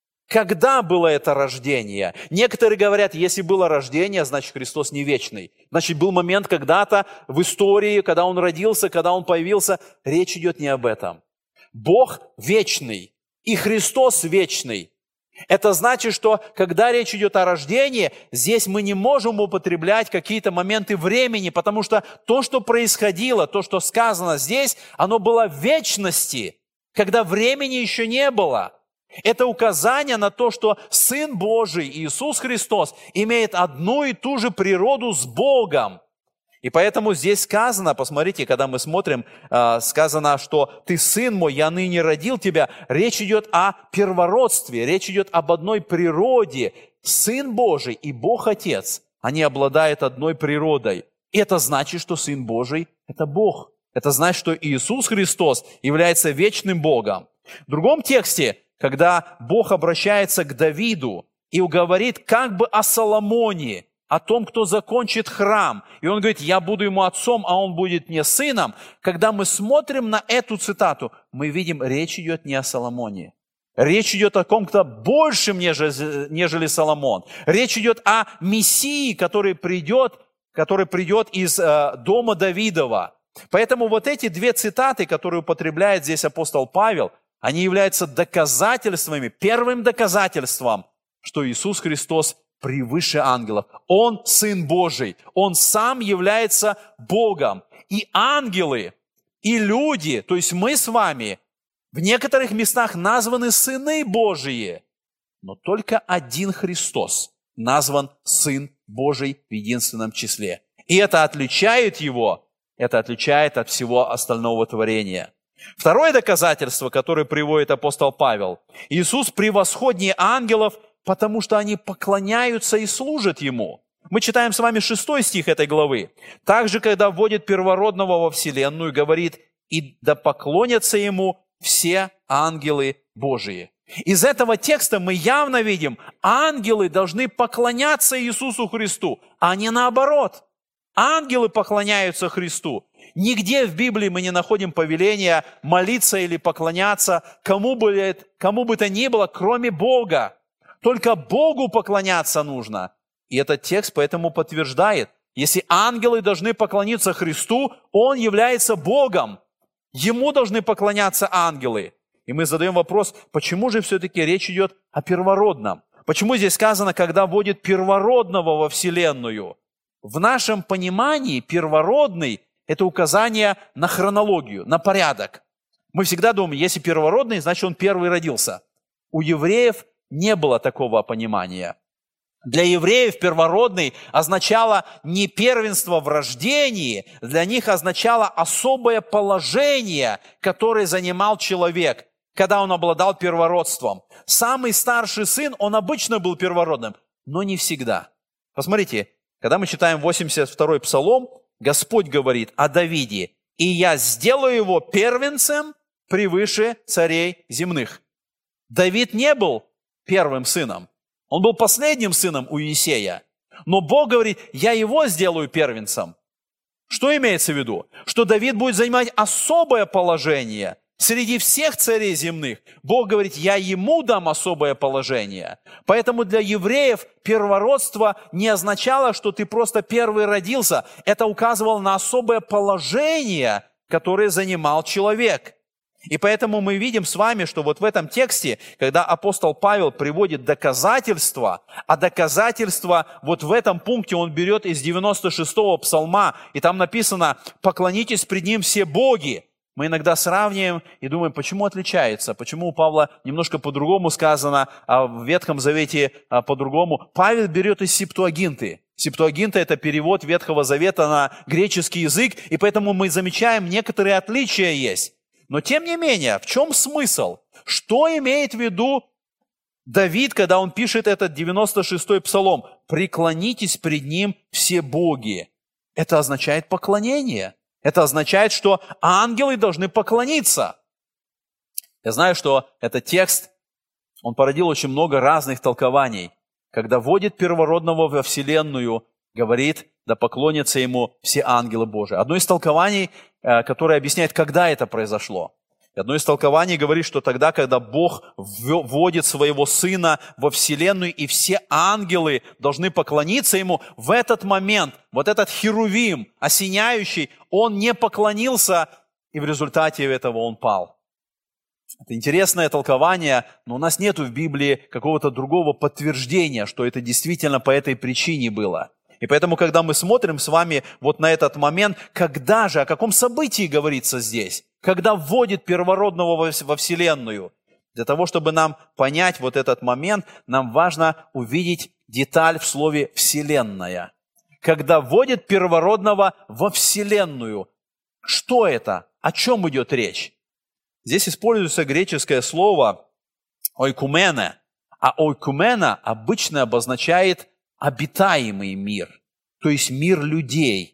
Когда было это рождение? Некоторые говорят, если было рождение, значит Христос не вечный. Значит, был момент когда-то в истории, когда Он родился, когда Он появился. Речь идет не об этом. Бог вечный, и Христос вечный. Это значит, что когда речь идет о рождении, здесь мы не можем употреблять какие-то моменты времени, потому что то, что происходило, то, что сказано здесь, оно было в вечности, когда времени еще не было. Это указание на то, что Сын Божий, Иисус Христос, имеет одну и ту же природу с Богом. И поэтому здесь сказано, посмотрите, когда мы смотрим, сказано, что «ты сын мой, я ныне родил тебя». Речь идет о первородстве, речь идет об одной природе. Сын Божий и Бог Отец, они обладают одной природой. И это значит, что Сын Божий – это Бог. Это значит, что Иисус Христос является вечным Богом. В другом тексте, когда Бог обращается к Давиду и говорит как бы о Соломоне, о том, кто закончит храм. И он говорит: «Я буду ему отцом, а он будет мне сыном». Когда мы смотрим на эту цитату, мы видим, речь идет не о Соломоне. Речь идет о ком-то большем, нежели, нежели Соломон. Речь идет о Мессии, который придет, который придет из э, дома Давидова. Поэтому вот эти две цитаты, которые употребляет здесь апостол Павел, они являются доказательствами, первым доказательством, что Иисус Христос превыше ангелов. Он Сын Божий. Он сам является Богом. И ангелы, и люди, то есть мы с вами, в некоторых местах названы сыны Божии. Но только один Христос назван Сын Божий в единственном числе. И это отличает Его, это отличает от всего остального творения. Второе доказательство, которое приводит апостол Павел: Иисус превосходнее ангелов, потому что они поклоняются и служат Ему. Мы читаем с вами шестой стих этой главы. «Также, когда вводит первородного во вселенную, говорит: и да поклонятся Ему все ангелы Божии». Из этого текста мы явно видим, ангелы должны поклоняться Иисусу Христу, а не наоборот. Ангелы поклоняются Христу. Нигде в Библии мы не находим повеления молиться или поклоняться кому бы, кому бы то ни было, кроме Бога. Только Богу поклоняться нужно. И этот текст поэтому подтверждает, если ангелы должны поклониться Христу, Он является Богом. Ему должны поклоняться ангелы. И мы задаем вопрос, почему же все-таки речь идет о первородном? Почему здесь сказано, когда вводит первородного во вселенную? В нашем понимании первородный – это указание на хронологию, на порядок. Мы всегда думаем, если первородный, значит он первый родился. У евреев не было такого понимания. Для евреев первородный означало не первенство в рождении, для них означало особое положение, которое занимал человек, когда он обладал первородством. Самый старший сын, он обычно был первородным, но не всегда. Посмотрите, когда мы читаем восемьдесят второй псалом, Господь говорит о Давиде: «И я сделаю его первенцем превыше царей земных». Давид не был первым сыном. Он был последним сыном у Иисея. Но Бог говорит, я его сделаю первенцем. Что имеется в виду? Что Давид будет занимать особое положение среди всех царей земных. Бог говорит, я ему дам особое положение. Поэтому для евреев первородство не означало, что ты просто первый родился. Это указывало на особое положение, которое занимал человек. И поэтому мы видим с вами, что вот в этом тексте, когда апостол Павел приводит доказательства, а доказательства вот в этом пункте он берет из девяносто шестого псалма, и там написано «поклонитесь пред ним все боги». Мы иногда сравниваем и думаем, почему отличается, почему у Павла немножко по-другому сказано, а в Ветхом Завете по-другому. Павел берет из Септуагинты. Септуагинта – это перевод Ветхого Завета на греческий язык, и поэтому мы замечаем, некоторые отличия есть. Но тем не менее, в чем смысл? Что имеет в виду Давид, когда он пишет этот девяносто шестой псалом? «Преклонитесь пред ним все боги». Это означает поклонение. Это означает, что ангелы должны поклониться. Я знаю, что этот текст, он породил очень много разных толкований. Когда вводит первородного во вселенную, говорит, да поклонятся ему все ангелы Божии. Одно из толкований, которое объясняет, когда это произошло. Одно из толкований говорит, что тогда, когда Бог вводит своего Сына во вселенную, и все ангелы должны поклониться Ему, в этот момент вот этот херувим, осеняющий, он не поклонился, и в результате этого он пал. Это интересное толкование, но у нас нет в Библии какого-то другого подтверждения, что это действительно по этой причине было. И поэтому, когда мы смотрим с вами вот на этот момент, когда же, о каком событии говорится здесь? Когда вводит первородного во вселенную? Для того, чтобы нам понять вот этот момент, нам важно увидеть деталь в слове «вселенная». Когда вводит первородного во вселенную, что это? О чем идет речь? Здесь используется греческое слово «ойкумене», а «ойкумена» обычно обозначает обитаемый мир, то есть мир людей.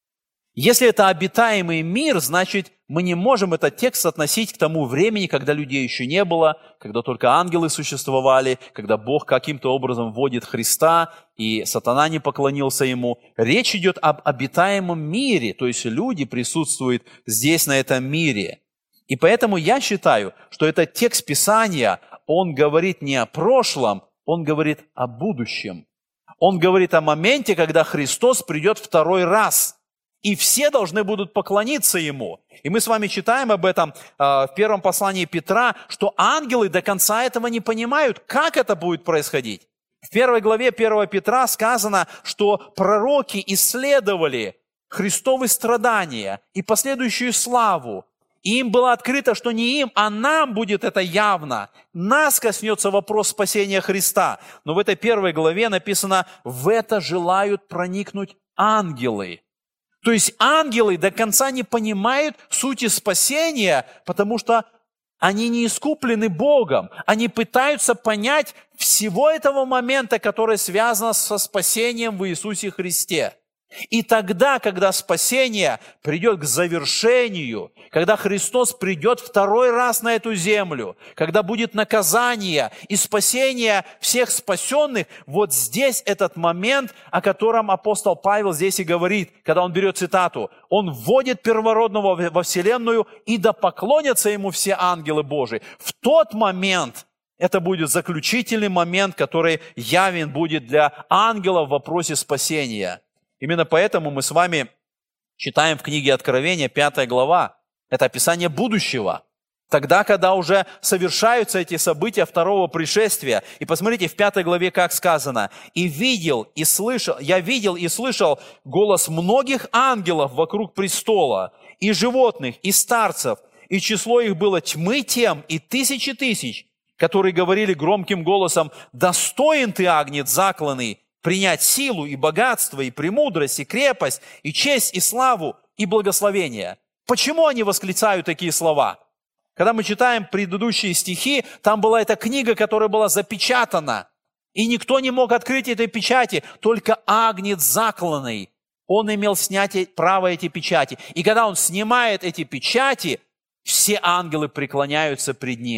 Если это обитаемый мир, значит, мы не можем этот текст относить к тому времени, когда людей еще не было, когда только ангелы существовали, когда Бог каким-то образом вводит Христа, и сатана не поклонился ему. Речь идет об обитаемом мире, то есть люди присутствуют здесь, на этом мире. И поэтому я считаю, что этот текст Писания, он говорит не о прошлом, он говорит о будущем. Он говорит о моменте, когда Христос придет второй раз, и все должны будут поклониться Ему. И мы с вами читаем об этом э, в первом послании Петра, что ангелы до конца этого не понимают, как это будет происходить. В первой главе первого Петра сказано, что пророки исследовали Христовы страдания и последующую славу. И им было открыто, что не им, а нам будет это явно. Нас коснется вопрос спасения Христа. Но в этой первой главе написано, в это желают проникнуть ангелы. То есть ангелы до конца не понимают сути спасения, потому что они не искуплены Богом. Они пытаются понять всего этого момента, который связан со спасением в Иисусе Христе. И тогда, когда спасение придет к завершению, когда Христос придет второй раз на эту землю, когда будет наказание и спасение всех спасенных, вот здесь этот момент, о котором апостол Павел здесь и говорит, когда он берет цитату, он вводит первородного во вселенную, и да поклонятся ему все ангелы Божии. В тот момент это будет заключительный момент, который явен будет для ангелов в вопросе спасения. Именно поэтому мы с вами читаем в книге Откровения, пятая глава. Это описание будущего. Тогда, когда уже совершаются эти события второго пришествия. И посмотрите, в пятой главе как сказано. «И видел, и слышал, я видел и слышал голос многих ангелов вокруг престола, и животных, и старцев, и число их было тьмы тем, и тысячи тысяч, которые говорили громким голосом, достоин ты, Агнец закланный, принять силу и богатство, и премудрость, и крепость, и честь, и славу, и благословение». Почему они восклицают такие слова? Когда мы читаем предыдущие стихи, там была эта книга, которая была запечатана, и никто не мог открыть этой печати, только Агнец закланный. Он имел снять право эти печати. И когда он снимает эти печати, все ангелы преклоняются пред ним.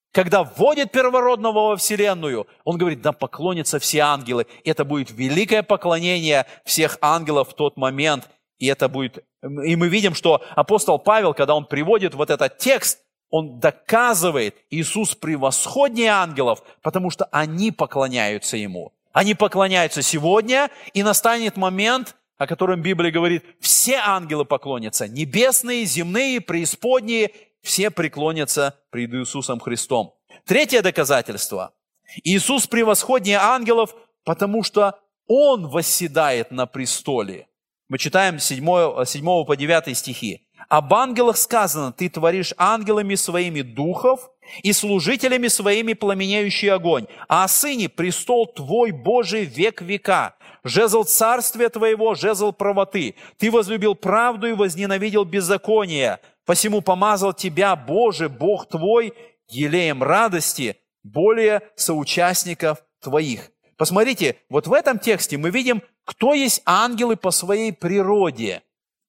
когда вводит первородного во вселенную, Он говорит, да поклонятся все ангелы. Это будет великое поклонение всех ангелов в тот момент. И это будет... И мы видим, что апостол Павел, когда он приводит вот этот текст, он доказывает, Иисус превосходнее ангелов, потому что они поклоняются Ему. Они поклоняются сегодня, и настанет момент, о котором Библия говорит, все ангелы поклонятся, небесные, земные, преисподние, все преклонятся пред Иисусом Христом. Третье доказательство. Иисус превосходнее ангелов, потому что Он восседает на престоле. Мы читаем с седьмого по девятый стихи. «Об ангелах сказано, ты творишь ангелами своими духов и служителями своими пламенеющий огонь, а о Сыне престол Твой Божий век века, жезл царствия Твоего, жезл правоты. Ты возлюбил правду и возненавидел беззаконие, посему помазал Тебя, Боже, Бог Твой, елеем радости, более соучастников Твоих». Посмотрите, вот в этом тексте мы видим, кто есть ангелы по своей природе.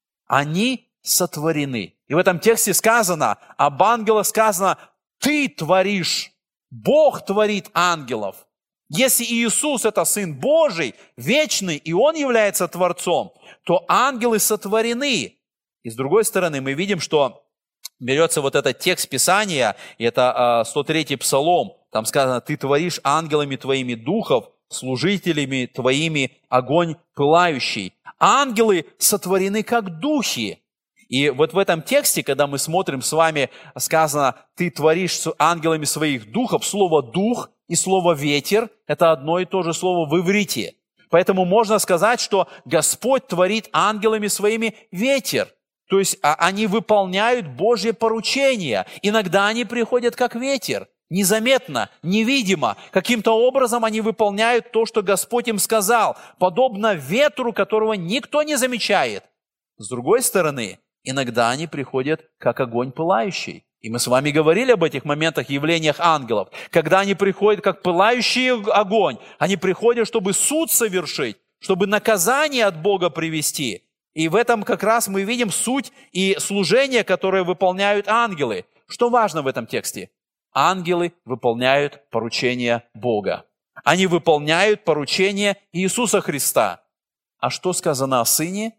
Они сотворены. И в этом тексте сказано, об ангелах сказано, ты творишь, Бог творит ангелов. Если Иисус – это Сын Божий, вечный, и Он является Творцом, то ангелы сотворены. И с другой стороны, мы видим, что берется вот этот текст Писания, и это сто третий Псалом, там сказано, ты творишь ангелами твоими духов, служителями твоими огонь пылающий. Ангелы сотворены как духи. И вот в этом тексте, когда мы смотрим с вами, сказано, ты творишь с ангелами своих духов, слово «дух» и слово «ветер» – это одно и то же слово в иврите. Поэтому можно сказать, что Господь творит ангелами своими ветер. То есть они выполняют Божье поручение. Иногда они приходят как ветер. Незаметно, невидимо, каким-то образом они выполняют то, что Господь им сказал, подобно ветру, которого никто не замечает. С другой стороны, иногда они приходят как огонь пылающий. И мы с вами говорили об этих моментах, явлениях ангелов. Когда они приходят как пылающий огонь, они приходят, чтобы суд совершить, чтобы наказание от Бога привести. И в этом как раз мы видим суть и служение, которое выполняют ангелы. Что важно в этом тексте? Ангелы выполняют поручения Бога. Они выполняют поручения Иисуса Христа. А что сказано о Сыне?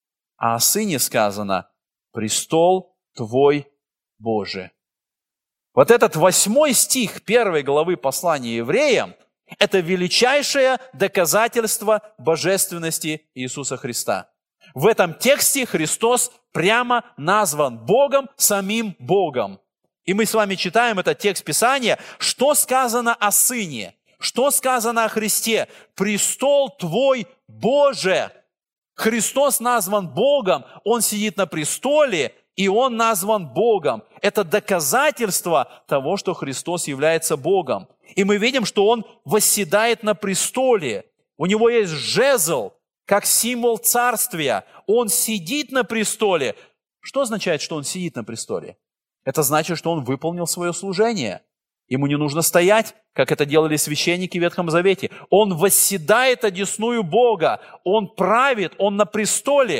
А о Сыне сказано, престол Твой Боже. Вот этот восьмой стих первой главы послания евреям – это величайшее доказательство божественности Иисуса Христа. В этом тексте Христос прямо назван Богом, самим Богом. И мы с вами читаем этот текст Писания, что сказано о Сыне, что сказано о Христе. Престол Твой Боже. Христос назван Богом, Он сидит на престоле, и Он назван Богом. Это доказательство того, что Христос является Богом. И мы видим, что Он восседает на престоле. У Него есть жезл, как символ царствия. Он сидит на престоле. Что означает, что Он сидит на престоле? Это значит, что Он выполнил свое служение. Ему не нужно стоять, как это делали священники в Ветхом Завете. Он восседает одесную Бога. Он правит, Он на престоле.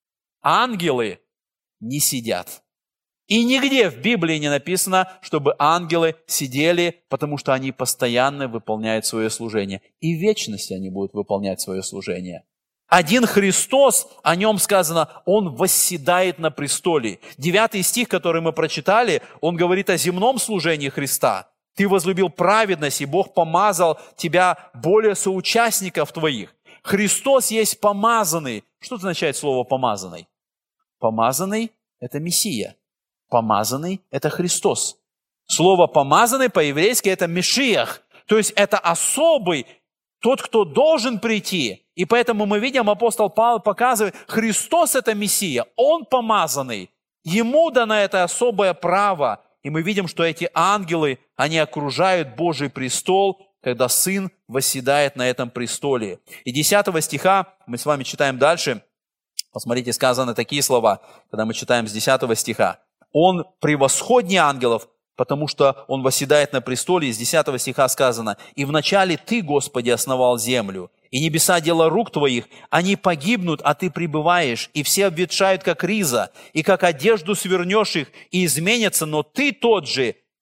Ангелы не сидят. И нигде в Библии не написано, чтобы ангелы сидели, потому что они постоянно выполняют свое служение. И в вечности они будут выполнять свое служение. Один Христос, о Нем сказано, Он восседает на престоле. Девятый стих, который мы прочитали, он говорит о земном служении Христа. Ты возлюбил праведность, и Бог помазал тебя более соучастников твоих. Христос есть помазанный. Что означает слово «помазанный»? Помазанный – это Мессия. Помазанный – это Христос. Слово «помазанный» по-еврейски – это Мешиах. То есть это особый, тот, кто должен прийти. И поэтому мы видим, апостол Павел показывает, Христос – это Мессия, Он помазанный. Ему дано это особое право. И мы видим, что эти ангелы, они окружают Божий престол, когда Сын восседает на этом престоле. И десятого стиха мы с вами читаем дальше. Посмотрите, сказаны такие слова, когда мы читаем с десятого стиха. Он превосходнее ангелов, потому что Он восседает на престоле. Из десятого стиха сказано, «И вначале Ты, Господи, основал землю, и небеса дело рук Твоих, они погибнут, а Ты пребываешь, и все обветшают, как риза, и как одежду свернешь их, и изменятся, но Ты тот же,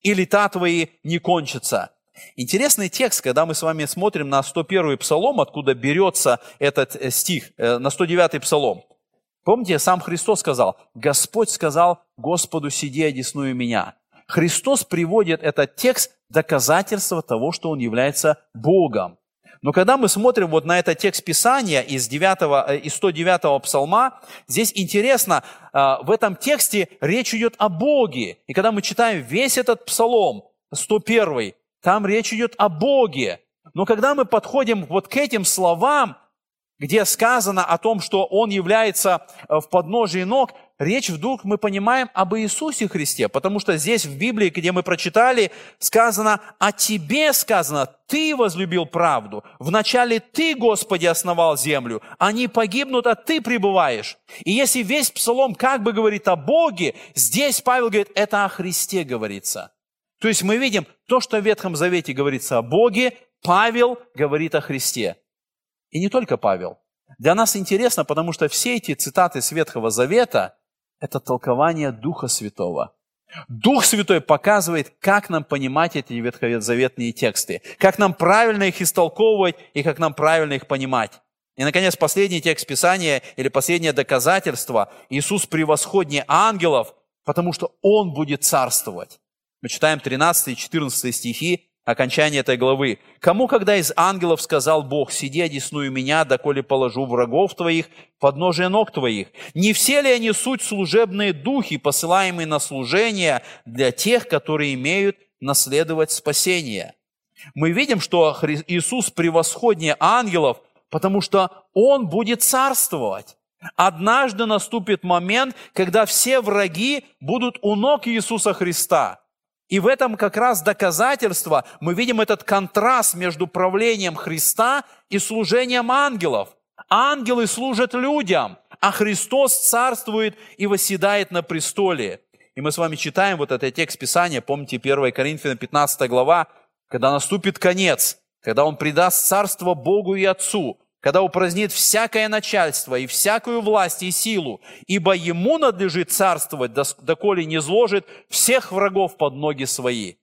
и лета твои не кончатся». Интересный текст, когда мы с вами смотрим на сто первый псалом, откуда берется этот стих, на сто девятый псалом. Помните, сам Христос сказал: «Господь сказал Господу, сиди одесную меня». Христос приводит этот текст доказательство того, что Он является Богом. Но когда мы смотрим вот на этот текст Писания из, девятого, из сто девятого псалма, здесь интересно, в этом тексте речь идет о Боге. И когда мы читаем весь этот псалом, сто первый, там речь идет о Боге. Но когда мы подходим вот к этим словам, где сказано о том, что Он является в подножии ног, речь вдруг мы понимаем об Иисусе Христе, потому что здесь в Библии, где мы прочитали, сказано: «О Тебе сказано, Ты возлюбил правду. Вначале Ты, Господи, основал землю. Они погибнут, а Ты пребываешь». И если весь псалом как бы говорит о Боге, здесь Павел говорит, это о Христе говорится. То есть мы видим, то, что в Ветхом Завете говорится о Боге, Павел говорит о Христе. И не только Павел. Для нас интересно, потому что все эти цитаты с Ветхого Завета – это толкование Духа Святого. Дух Святой показывает, как нам понимать эти ветхозаветные тексты, как нам правильно их истолковывать и как нам правильно их понимать. И, наконец, последний текст Писания или последнее доказательство – Иисус превосходнее ангелов, потому что Он будет царствовать. Мы читаем тринадцатый и четырнадцатый стихи, окончание этой главы. «Кому, когда из ангелов сказал Бог, сиди одесную меня, доколе положу врагов твоих подножие ног твоих? Не все ли они суть служебные духи, посылаемые на служение для тех, которые имеют наследовать спасение?» Мы видим, что Иисус превосходнее ангелов, потому что Он будет царствовать. Однажды наступит момент, когда все враги будут у ног Иисуса Христа. И в этом как раз доказательство, мы видим этот контраст между правлением Христа и служением ангелов. Ангелы служат людям, а Христос царствует и восседает на престоле. И мы с вами читаем вот этот текст Писания, помните, первое Коринфянам пятнадцатая глава, когда наступит конец, когда Он предаст царство Богу и Отцу, когда упразднит всякое начальство и всякую власть и силу, ибо Ему надлежит царствовать, доколе не зложит всех врагов под ноги свои.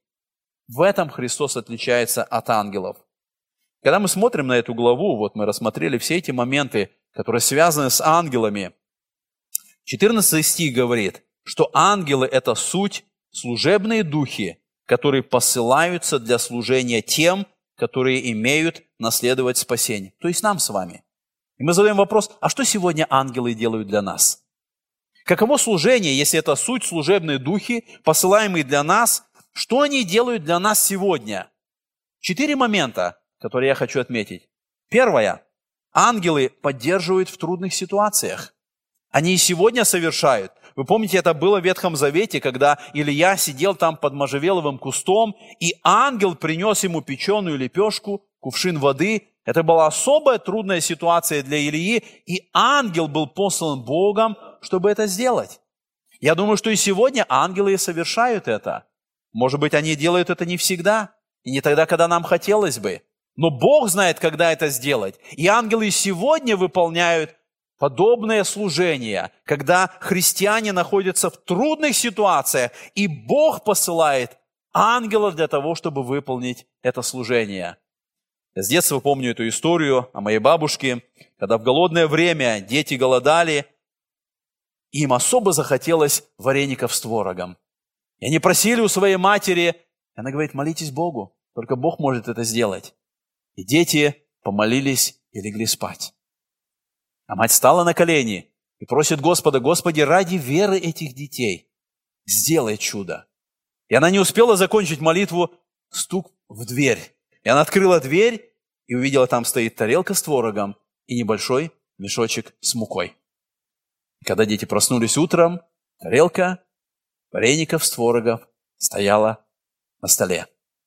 В этом Христос отличается от ангелов. Когда мы смотрим на эту главу, вот мы рассмотрели все эти моменты, которые связаны с ангелами. четырнадцатый стих говорит, что ангелы – это суть служебные духи, которые посылаются для служения тем, которые имеют наследовать спасение, то есть нам с вами. И мы задаем вопрос, а что сегодня ангелы делают для нас? Каково служение, если это суть служебные духи, посылаемые для нас, что они делают для нас сегодня? Четыре момента, которые я хочу отметить. Первое. Ангелы поддерживают в трудных ситуациях. Они и сегодня совершают. Вы помните, это было в Ветхом Завете, когда Илья сидел там под можжевеловым кустом, и ангел принес ему печеную лепешку, кувшин воды. Это была особая трудная ситуация для Ильи, и ангел был послан Богом, чтобы это сделать. Я думаю, что и сегодня ангелы совершают это. Может быть, они делают это не всегда, и не тогда, когда нам хотелось бы. Но Бог знает, когда это сделать. И ангелы и сегодня выполняют подобное служение, когда христиане находятся в трудных ситуациях, и Бог посылает ангелов для того, чтобы выполнить это служение. Я с детства помню эту историю о моей бабушке, когда в голодное время дети голодали, и им особо захотелось вареников с творогом. И они просили у своей матери, и она говорит, молитесь Богу, только Бог может это сделать. И дети помолились и легли спать. А мать встала на колени и просит Господа, Господи, ради веры этих детей сделай чудо. И она не успела закончить молитву, стук в дверь. И она открыла дверь и увидела, там стоит тарелка с творогом и небольшой мешочек с мукой. И когда дети проснулись утром, тарелка вареников с творогом стояла на столе.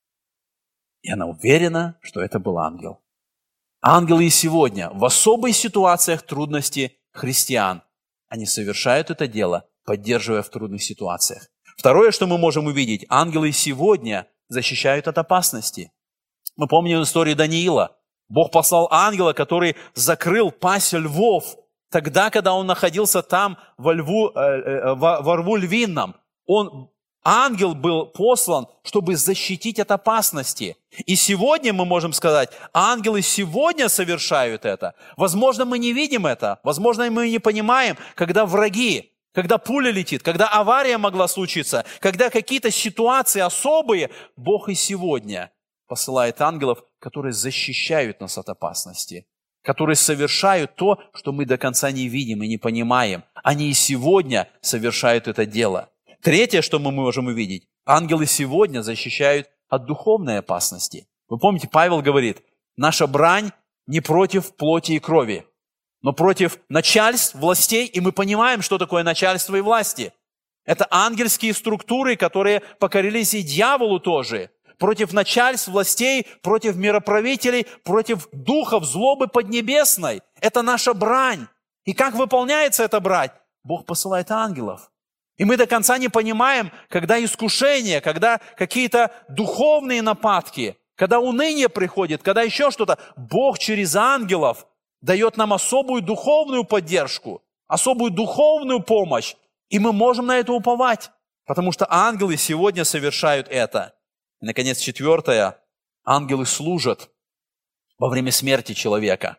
И она уверена, что это был ангел. Ангелы и сегодня в особых ситуациях трудности христиан, они совершают это дело, поддерживая в трудных ситуациях. Второе, что мы можем увидеть, ангелы и сегодня защищают от опасности. Мы помним историю Даниила. Бог послал ангела, который закрыл пасть львов, тогда, когда он находился там во, льву, э, э, во, во рву львином. Он Ангел был послан, чтобы защитить от опасности. И сегодня мы можем сказать, ангелы сегодня совершают это. Возможно, мы не видим это. Возможно, мы не понимаем, когда враги, когда пуля летит, когда авария могла случиться, когда какие-то ситуации особые, Бог и сегодня посылает ангелов, которые защищают нас от опасности, которые совершают то, что мы до конца не видим и не понимаем. Они и сегодня совершают это дело. Третье, что мы можем увидеть, ангелы сегодня защищают от духовной опасности. Вы помните, Павел говорит, наша брань не против плоти и крови, но против начальств, властей, и мы понимаем, что такое начальство и власти. Это ангельские структуры, которые покорились и дьяволу тоже. Против начальств, властей, против мироправителей, против духов злобы поднебесной. Это наша брань. И как выполняется эта брань? Бог посылает ангелов. И мы до конца не понимаем, когда искушение, когда какие-то духовные нападки, когда уныние приходит, когда еще что-то, Бог через ангелов дает нам особую духовную поддержку, особую духовную помощь, и мы можем на это уповать, потому что ангелы сегодня совершают это. И, наконец, четвертое. Ангелы служат во время смерти человека.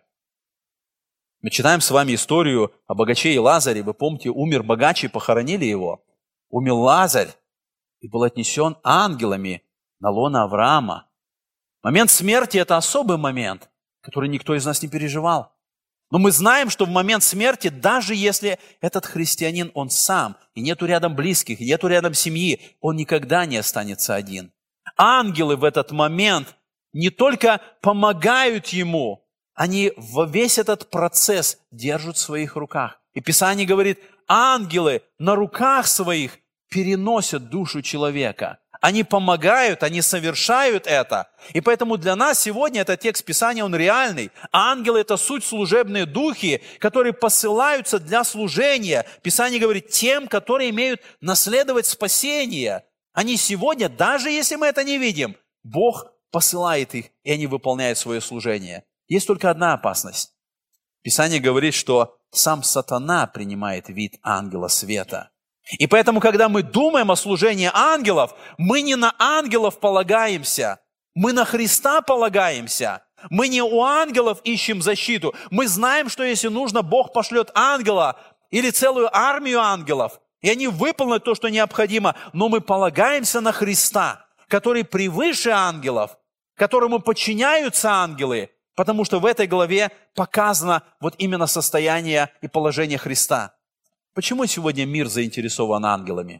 Мы читаем с вами историю о богаче и Лазаре. Вы помните, умер богач и похоронили его. Умер Лазарь и был отнесен ангелами на лоно Авраама. Момент смерти – это особый момент, который никто из нас не переживал. Но мы знаем, что в момент смерти, даже если этот христианин, он сам, и нету рядом близких, и нету рядом семьи, он никогда не останется один. Ангелы в этот момент не только помогают ему, они во весь этот процесс держат в своих руках. И Писание говорит, ангелы на руках своих переносят душу человека. Они помогают, они совершают это. И поэтому для нас сегодня этот текст Писания, он реальный. Ангелы – это суть служебные духи, которые посылаются для служения. Писание говорит, тем, которые имеют наследовать спасение. Они сегодня, даже если мы это не видим, Бог посылает их, и они выполняют свое служение. Есть только одна опасность. Писание говорит, что сам сатана принимает вид ангела света. И поэтому, когда мы думаем о служении ангелов, мы не на ангелов полагаемся, мы на Христа полагаемся. Мы не у ангелов ищем защиту. Мы знаем, что если нужно, Бог пошлет ангела или целую армию ангелов, и они выполнят то, что необходимо, но мы полагаемся на Христа, который превыше ангелов, которому подчиняются ангелы, потому что в этой главе показано вот именно состояние и положение Христа. Почему сегодня мир заинтересован ангелами?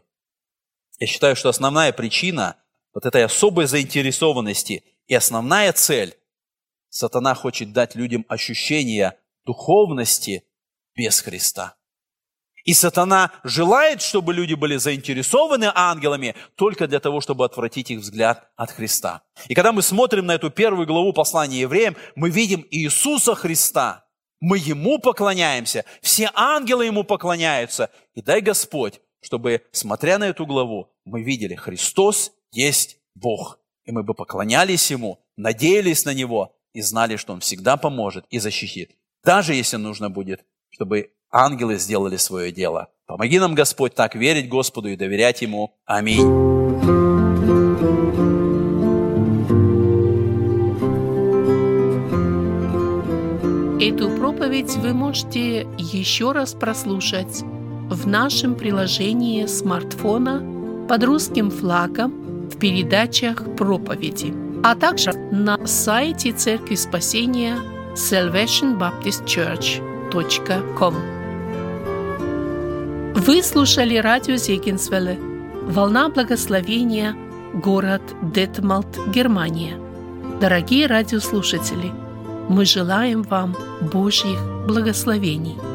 Я считаю, что основная причина вот этой особой заинтересованности и основная цель – сатана хочет дать людям ощущение духовности без Христа. И сатана желает, чтобы люди были заинтересованы ангелами только для того, чтобы отвратить их взгляд от Христа. И когда мы смотрим на эту первую главу послания евреям, мы видим Иисуса Христа. Мы Ему поклоняемся, все ангелы Ему поклоняются. И дай Господь, чтобы, смотря на эту главу, мы видели, Христос есть Бог. И мы бы поклонялись Ему, надеялись на Него и знали, что Он всегда поможет и защитит. Даже если нужно будет, чтобы ангелы сделали свое дело. Помоги нам, Господь, так верить Господу и доверять Ему. Аминь. Эту проповедь вы можете еще раз прослушать в нашем приложении смартфона под русским флагом в передачах проповеди, а также на сайте Церкви Спасения salvation baptist church точка ком. Вы слушали радио Зегенсвелле, «Волна благословения», город Детмалт, Германия. Дорогие радиослушатели, мы желаем вам Божьих благословений.